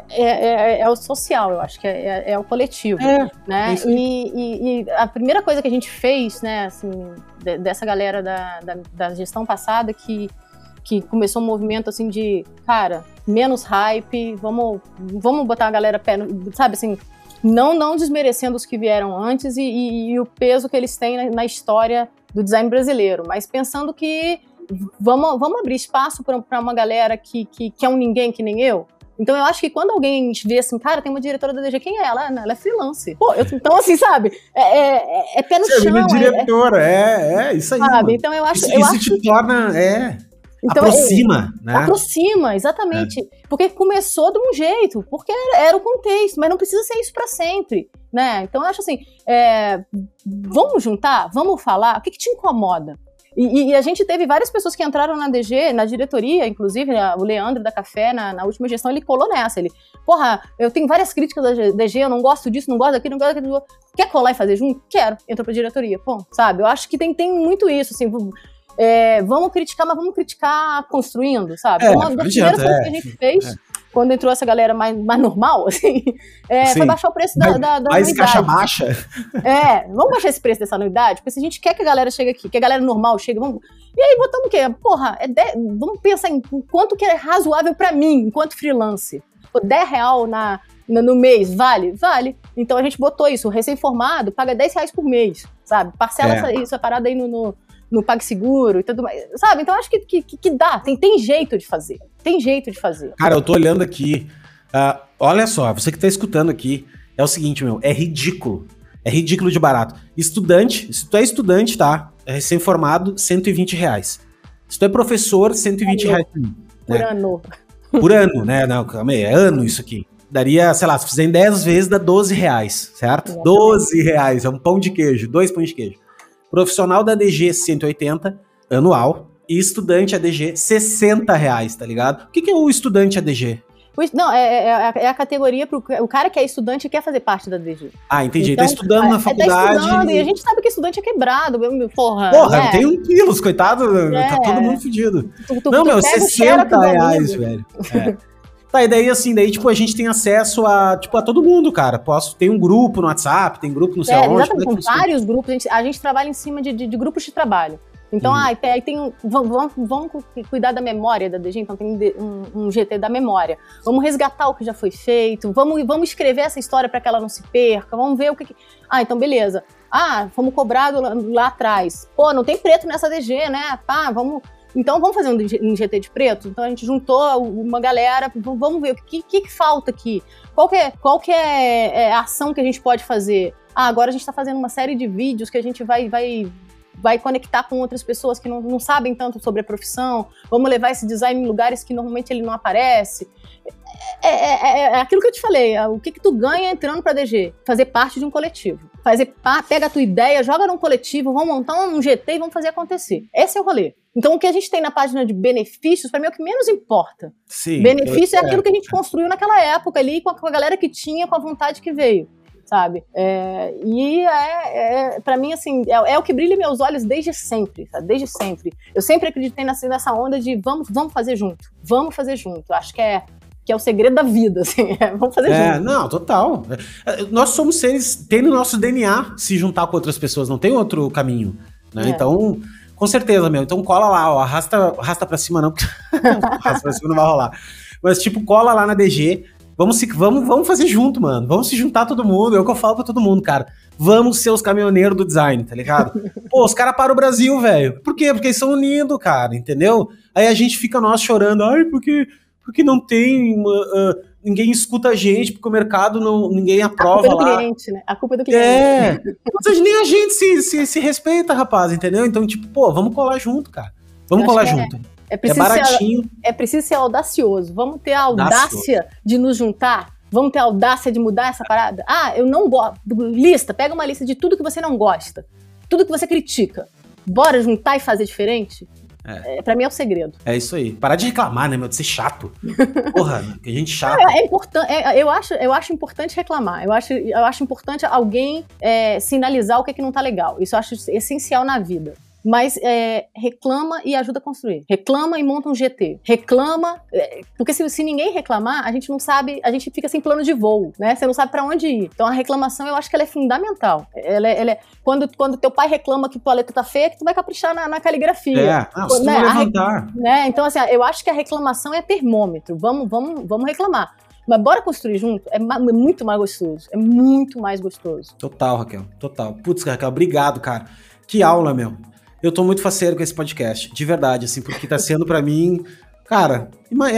É o social, eu acho que é o coletivo, né? É e a primeira coisa que a gente fez, né, assim, dessa galera da gestão passada, que começou um movimento, assim, de, cara, menos hype, vamos botar a galera sabe, assim, não desmerecendo os que vieram antes e o peso que eles têm na história do design brasileiro, mas pensando que vamos abrir espaço para uma galera que é um ninguém que nem eu. Então eu acho que quando alguém vê assim, cara, tem uma diretora da DG, quem é ela? Ela é freelance. Pô, então assim, sabe, é pé no chão. É diretora, isso aí. Sabe? Mano. Então eu acho... Isso te torna, então, aproxima, né? Aproxima, exatamente. Porque começou de um jeito, porque era o contexto, mas não precisa ser isso para sempre, né? Então eu acho assim, vamos juntar, vamos falar, o que te incomoda? E a gente teve várias pessoas que entraram na DG, na diretoria, inclusive, o Leandro da Café, na última gestão, ele colou nessa. Ele, porra, eu tenho várias críticas da DG, eu não gosto disso, não gosto daquilo, não gosto daquilo. Quer colar e fazer junto? Quero. Entrou pra diretoria. Pô, sabe? Eu acho que tem muito isso, assim, vamos criticar, mas vamos criticar construindo, sabe? Uma das primeiras coisas que a gente fez, quando entrou essa galera mais normal, assim, foi baixar o preço da anuidade. Mais caixa baixa. Vamos baixar esse preço dessa anuidade, porque se a gente quer que a galera chegue aqui, que a galera normal chegue, e aí botamos o quê? Porra, vamos pensar em quanto que é razoável pra mim, enquanto freelance. Pô, R$10 no mês, vale? Vale. Então a gente botou isso, o recém-formado paga R$10 por mês, sabe? Parcela essa parada aí no PagSeguro e tudo mais, sabe? Então acho que dá, tem jeito de fazer. Tem jeito de fazer. Cara, eu tô olhando aqui, olha só, você que tá escutando aqui, é o seguinte, meu, é ridículo de barato. Estudante, se tu é estudante, tá? É recém-formado, R$120. Se tu é professor, R$120. Por ano. Por ano, né? Não, calma aí, é ano isso aqui. Daria, sei lá, se fizer em 10 vezes, dá R$12, certo? R$12, é um pão de queijo, 2 pães de queijo. Profissional da DG 180, anual, e estudante ADG, R$60, tá ligado? O que é o estudante ADG? Não, é a categoria pro o cara que é estudante e quer fazer parte da DG. Ah, entendi. Então, tá estudando na faculdade. Tá estudando, e a gente sabe que estudante é quebrado. Porra, né? Tem 1 quilo, coitado. Tá todo mundo fudido. Não, meu, R$60, velho. Tá, e daí assim, tipo, a gente tem acesso a todo mundo, cara. Tem um grupo no WhatsApp, tem grupo no sei onde. Exatamente, com vários grupos. A gente trabalha em cima de grupos de trabalho. Então, aí tem vamos cuidar da memória da DG, então tem um GT da memória. Vamos resgatar o que já foi feito, vamos escrever essa história para que ela não se perca, vamos ver o que... Ah, então beleza. Ah, fomos cobrados lá atrás. Pô, não tem preto nessa DG, né? Pá, então vamos fazer um GT de preto? Então a gente juntou uma galera, vamos ver o que falta aqui. Qual que é a ação que a gente pode fazer? Ah, agora a gente está fazendo uma série de vídeos que a gente vai conectar com outras pessoas que não sabem tanto sobre a profissão, vamos levar esse design em lugares que normalmente ele não aparece. É aquilo que eu te falei, o que tu ganha entrando pra DG? Fazer parte de um coletivo. Pega a tua ideia, joga num coletivo, vamos montar um GT e vamos fazer acontecer. Esse é o rolê. Então o que a gente tem na página de benefícios, pra mim é o que menos importa. Sim, benefício é aquilo que a gente construiu naquela época ali, com a galera que tinha, com a vontade que veio. Sabe? Pra mim, assim, é o que brilha meus olhos desde sempre, sabe? Desde sempre. Eu sempre acreditei nessa onda de vamos fazer junto. Vamos fazer junto. Acho que é o segredo da vida, assim. Vamos fazer junto. Não, total. Nós somos seres, tem no nosso DNA se juntar com outras pessoas, não tem outro caminho, né? Então, com certeza, meu. Então cola lá, ó, arrasta pra cima não, porque arrasta pra cima não vai rolar. Mas, tipo, cola lá na DG. Vamos fazer junto, mano. Vamos se juntar todo mundo. É o que eu falo pra todo mundo, cara. Vamos ser os caminhoneiros do design, tá ligado? Pô, os caras param o Brasil, velho. Por quê? Porque eles são unidos, cara, entendeu? Aí a gente fica nós chorando. Ai, porque não tem... ninguém escuta a gente, porque o mercado ninguém aprova lá. A culpa é do cliente, né? A culpa é do cliente. Mas nem a gente se respeita, rapaz, entendeu? Então, tipo, pô, vamos colar junto, cara. Vamos colar junto. É baratinho. É preciso ser audacioso. Vamos ter a audácia de nos juntar? Vamos ter a audácia de mudar essa parada? Ah, eu não gosto. Pega uma lista de tudo que você não gosta. Tudo que você critica. Bora juntar e fazer diferente? Pra mim é o segredo. É isso aí. Parar de reclamar, né, meu? De ser chato. Porra, que gente chata. É importante. Eu acho importante reclamar. Eu acho importante alguém sinalizar o que não tá legal. Isso eu acho essencial na vida. Mas reclama e ajuda a construir. Reclama e monta um GT. Reclama, porque se ninguém reclamar, a gente não sabe, a gente fica sem plano de voo, né? Você não sabe pra onde ir. Então a reclamação, eu acho que ela é fundamental. Ela é quando teu pai reclama que tua letra tá feia, que tu vai caprichar na caligrafia. Você não vai levantar. Então assim, eu acho que a reclamação é termômetro. Vamos reclamar. Mas bora construir junto? É muito mais gostoso. É muito mais gostoso. Total, Raquel. Total. Putz, Raquel, obrigado, cara. Que aula, meu. Eu tô muito faceiro com esse podcast, de verdade, assim, porque tá sendo pra mim, cara,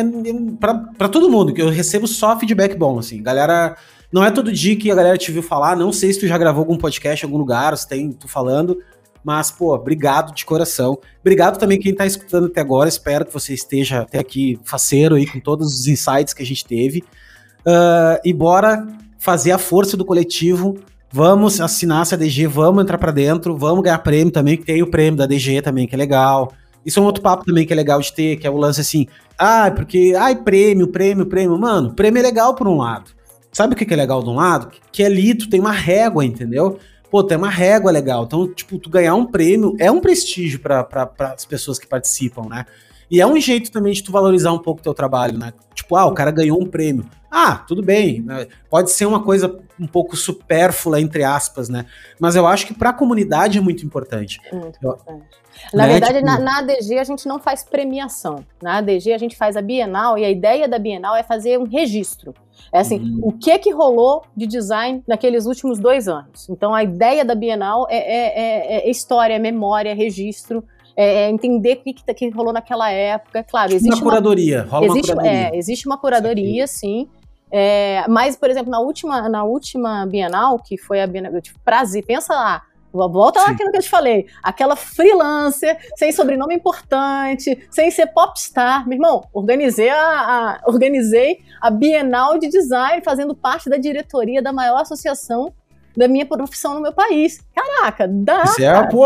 pra todo mundo, que eu recebo só feedback bom, assim, galera, não é todo dia que a galera te viu falar, não sei se tu já gravou algum podcast em algum lugar, se tem tu falando, mas, pô, obrigado de coração, obrigado também quem tá escutando até agora, espero que você esteja até aqui faceiro aí com todos os insights que a gente teve, e bora fazer a força do coletivo. Vamos assinar essa DG, vamos entrar pra dentro, vamos ganhar prêmio também, que tem o prêmio da DG também, que é legal. Isso é um outro papo também que é legal de ter, que é o lance assim, prêmio. Mano, prêmio é legal por um lado. Sabe o que é legal de um lado? Que ali tu tem uma régua, entendeu? Pô, tem uma régua legal. Então, tipo, tu ganhar um prêmio é um prestígio para as pessoas que participam, né? E é um jeito também de tu valorizar um pouco o teu trabalho, né? Tipo, o cara ganhou um prêmio. Tudo bem, né? Pode ser uma coisa um pouco supérflua, entre aspas, né? Mas eu acho que pra comunidade é muito importante. Muito importante. Na verdade, na ADG a gente não faz premiação. Na ADG a gente faz a Bienal, e a ideia da Bienal é fazer um registro. É assim, o que rolou de design naqueles últimos 2 anos. Então a ideia da Bienal é história, é memória, é registro, entender o que rolou naquela época. Claro, existe uma curadoria, rola uma curadoria. Existe uma curadoria, sim. Mas, por exemplo, na última Bienal, que foi a Bienal, tipo, prazer, pensa lá, volta lá aquilo que eu te falei, aquela freelancer, sem sobrenome importante, sem ser popstar, meu irmão, organizei a Bienal de Design, fazendo parte da diretoria da maior associação da minha profissão no meu país. Caraca, dá! Isso é a porra!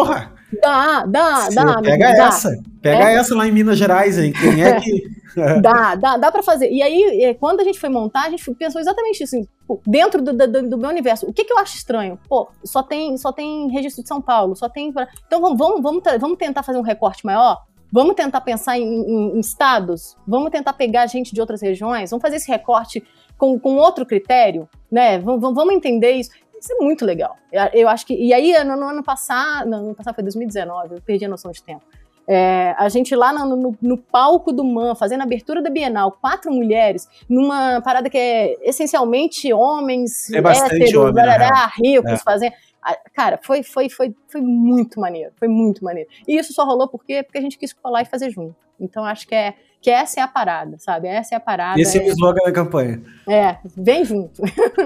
Dá. Pega essa lá em Minas Gerais, hein? Quem é que... Dá pra fazer. E aí, quando a gente foi montar, a gente pensou exatamente isso, assim, dentro do meu universo. O que eu acho estranho? Pô, só tem registro de São Paulo, só tem... Então vamos tentar fazer um recorte maior? Vamos tentar pensar em estados? Vamos tentar pegar gente de outras regiões? Vamos fazer esse recorte com outro critério? Né? Vamos entender isso. Isso é muito legal. Eu acho que... E aí, no ano passado... Não, no ano passado foi 2019, eu perdi a noção de tempo. A gente lá no palco do MAN, fazendo a abertura da Bienal, 4 mulheres, numa parada que é essencialmente homens, héteros, ricos, fazendo... Cara, foi muito maneiro, foi muito maneiro. E isso só rolou porque a gente quis colar e fazer junto. Então acho que essa é a parada, sabe? Essa é a parada. Esse é o slogan da campanha. Vem junto.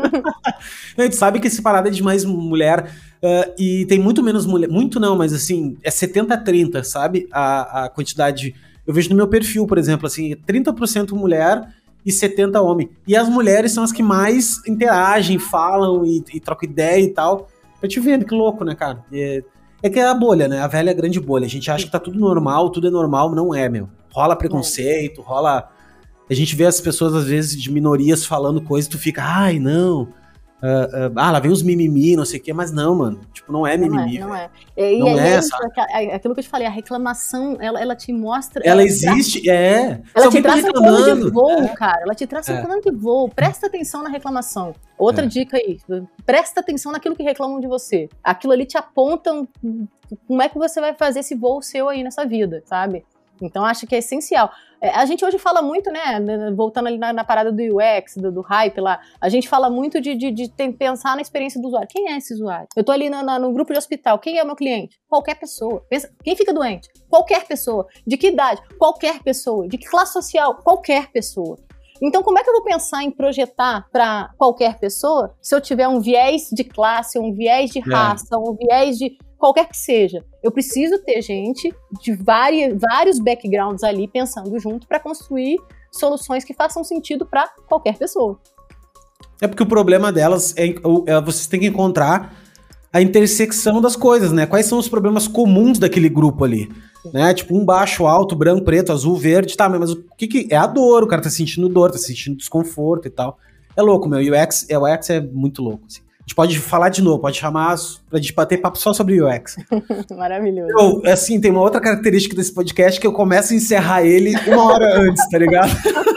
A gente sabe que essa parada é de mais mulher e tem muito menos mulher, muito não, mas assim, é 70-30, sabe? A quantidade, eu vejo no meu perfil, por exemplo, assim, 30% mulher e 70% homem. E as mulheres são as que mais interagem, falam e trocam ideia e tal. Pra te ver, que louco, né, cara? É que é a bolha, né? A velha grande bolha. A gente acha que tá tudo normal, tudo é normal, não é, meu. Rola preconceito, rola... A gente vê as pessoas, às vezes, de minorias falando coisas, tu fica, ai, não... lá vem os mimimi, não sei o quê, mas não, mano. Tipo, não é mimimi. Não é. Aquilo que eu te falei, a reclamação, ela te mostra... Ela existe, Ela te traz um plano de voo, cara. Ela te traz um plano de voo. Presta atenção na reclamação. Outra dica aí. Presta atenção naquilo que reclamam de você. Aquilo ali te aponta como é que você vai fazer esse voo seu aí nessa vida, sabe? Então, acho que é essencial. A gente hoje fala muito, né, voltando ali na parada do UX, do hype lá, a gente fala muito de pensar na experiência do usuário. Quem é esse usuário? Eu tô ali no grupo de hospital. Quem é o meu cliente? Qualquer pessoa. Pensa, quem fica doente? Qualquer pessoa. De que idade? Qualquer pessoa. De que classe social? Qualquer pessoa. Então, como é que eu vou pensar em projetar para qualquer pessoa se eu tiver um viés de classe, um viés de raça, um viés de qualquer que seja? Eu preciso ter gente de vários backgrounds ali pensando junto para construir soluções que façam sentido para qualquer pessoa. É porque o problema delas vocês têm que encontrar a intersecção das coisas, né? Quais são os problemas comuns daquele grupo ali? Né? Tipo, baixo, alto, branco, preto, azul, verde, tá, mas o que é a dor? O cara tá sentindo dor, tá sentindo desconforto e tal. É louco, meu. O UX é muito louco, assim. A gente pode falar de novo, pode chamar pra gente bater papo só sobre UX. Maravilhoso. Assim, tem uma outra característica desse podcast que eu começo a encerrar ele 1 hora antes, tá ligado?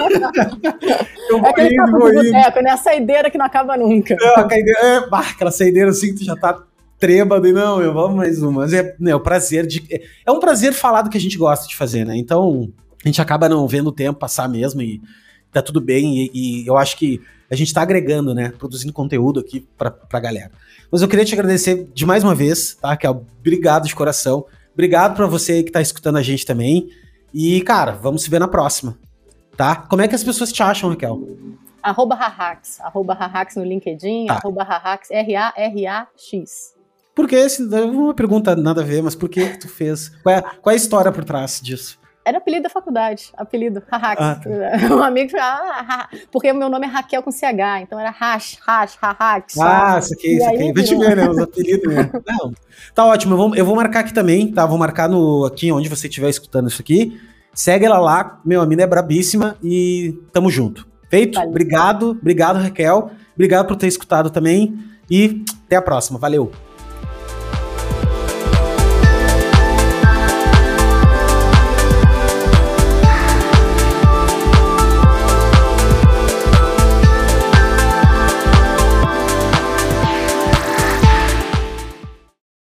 Eu vou aquele papo de boteco, né? A saideira que não acaba nunca. Aquela saideira assim que tu já tá trêbado e não, vamos mais uma. Mas o prazer é um prazer falar do que a gente gosta de fazer, né? Então, a gente acaba não vendo o tempo passar mesmo e tá tudo bem. E eu acho que a gente tá agregando, né? Produzindo conteúdo aqui pra galera. Mas eu queria te agradecer de mais uma vez, tá, Raquel? Obrigado de coração. Obrigado pra você que tá escutando a gente também. E, cara, vamos se ver na próxima, tá? Como é que as pessoas te acham, Raquel? @Rahax no LinkedIn, tá. @Rahax, RARAX. Por que uma pergunta nada a ver, mas por que tu fez? Qual é a história por trás disso? Era apelido da faculdade, Rahax. Tá. Um amigo falou, porque o meu nome é Raquel com CH, então era Rahax. Isso aqui. Deixa eu ver, né, os apelidos mesmo. Não, tá ótimo, eu vou marcar aqui também, tá? Vou marcar aqui onde você estiver escutando isso aqui. Segue ela lá, a mina é brabíssima e tamo junto. Feito? Valeu. Obrigado, Raquel. Obrigado por ter escutado também e até a próxima. Valeu!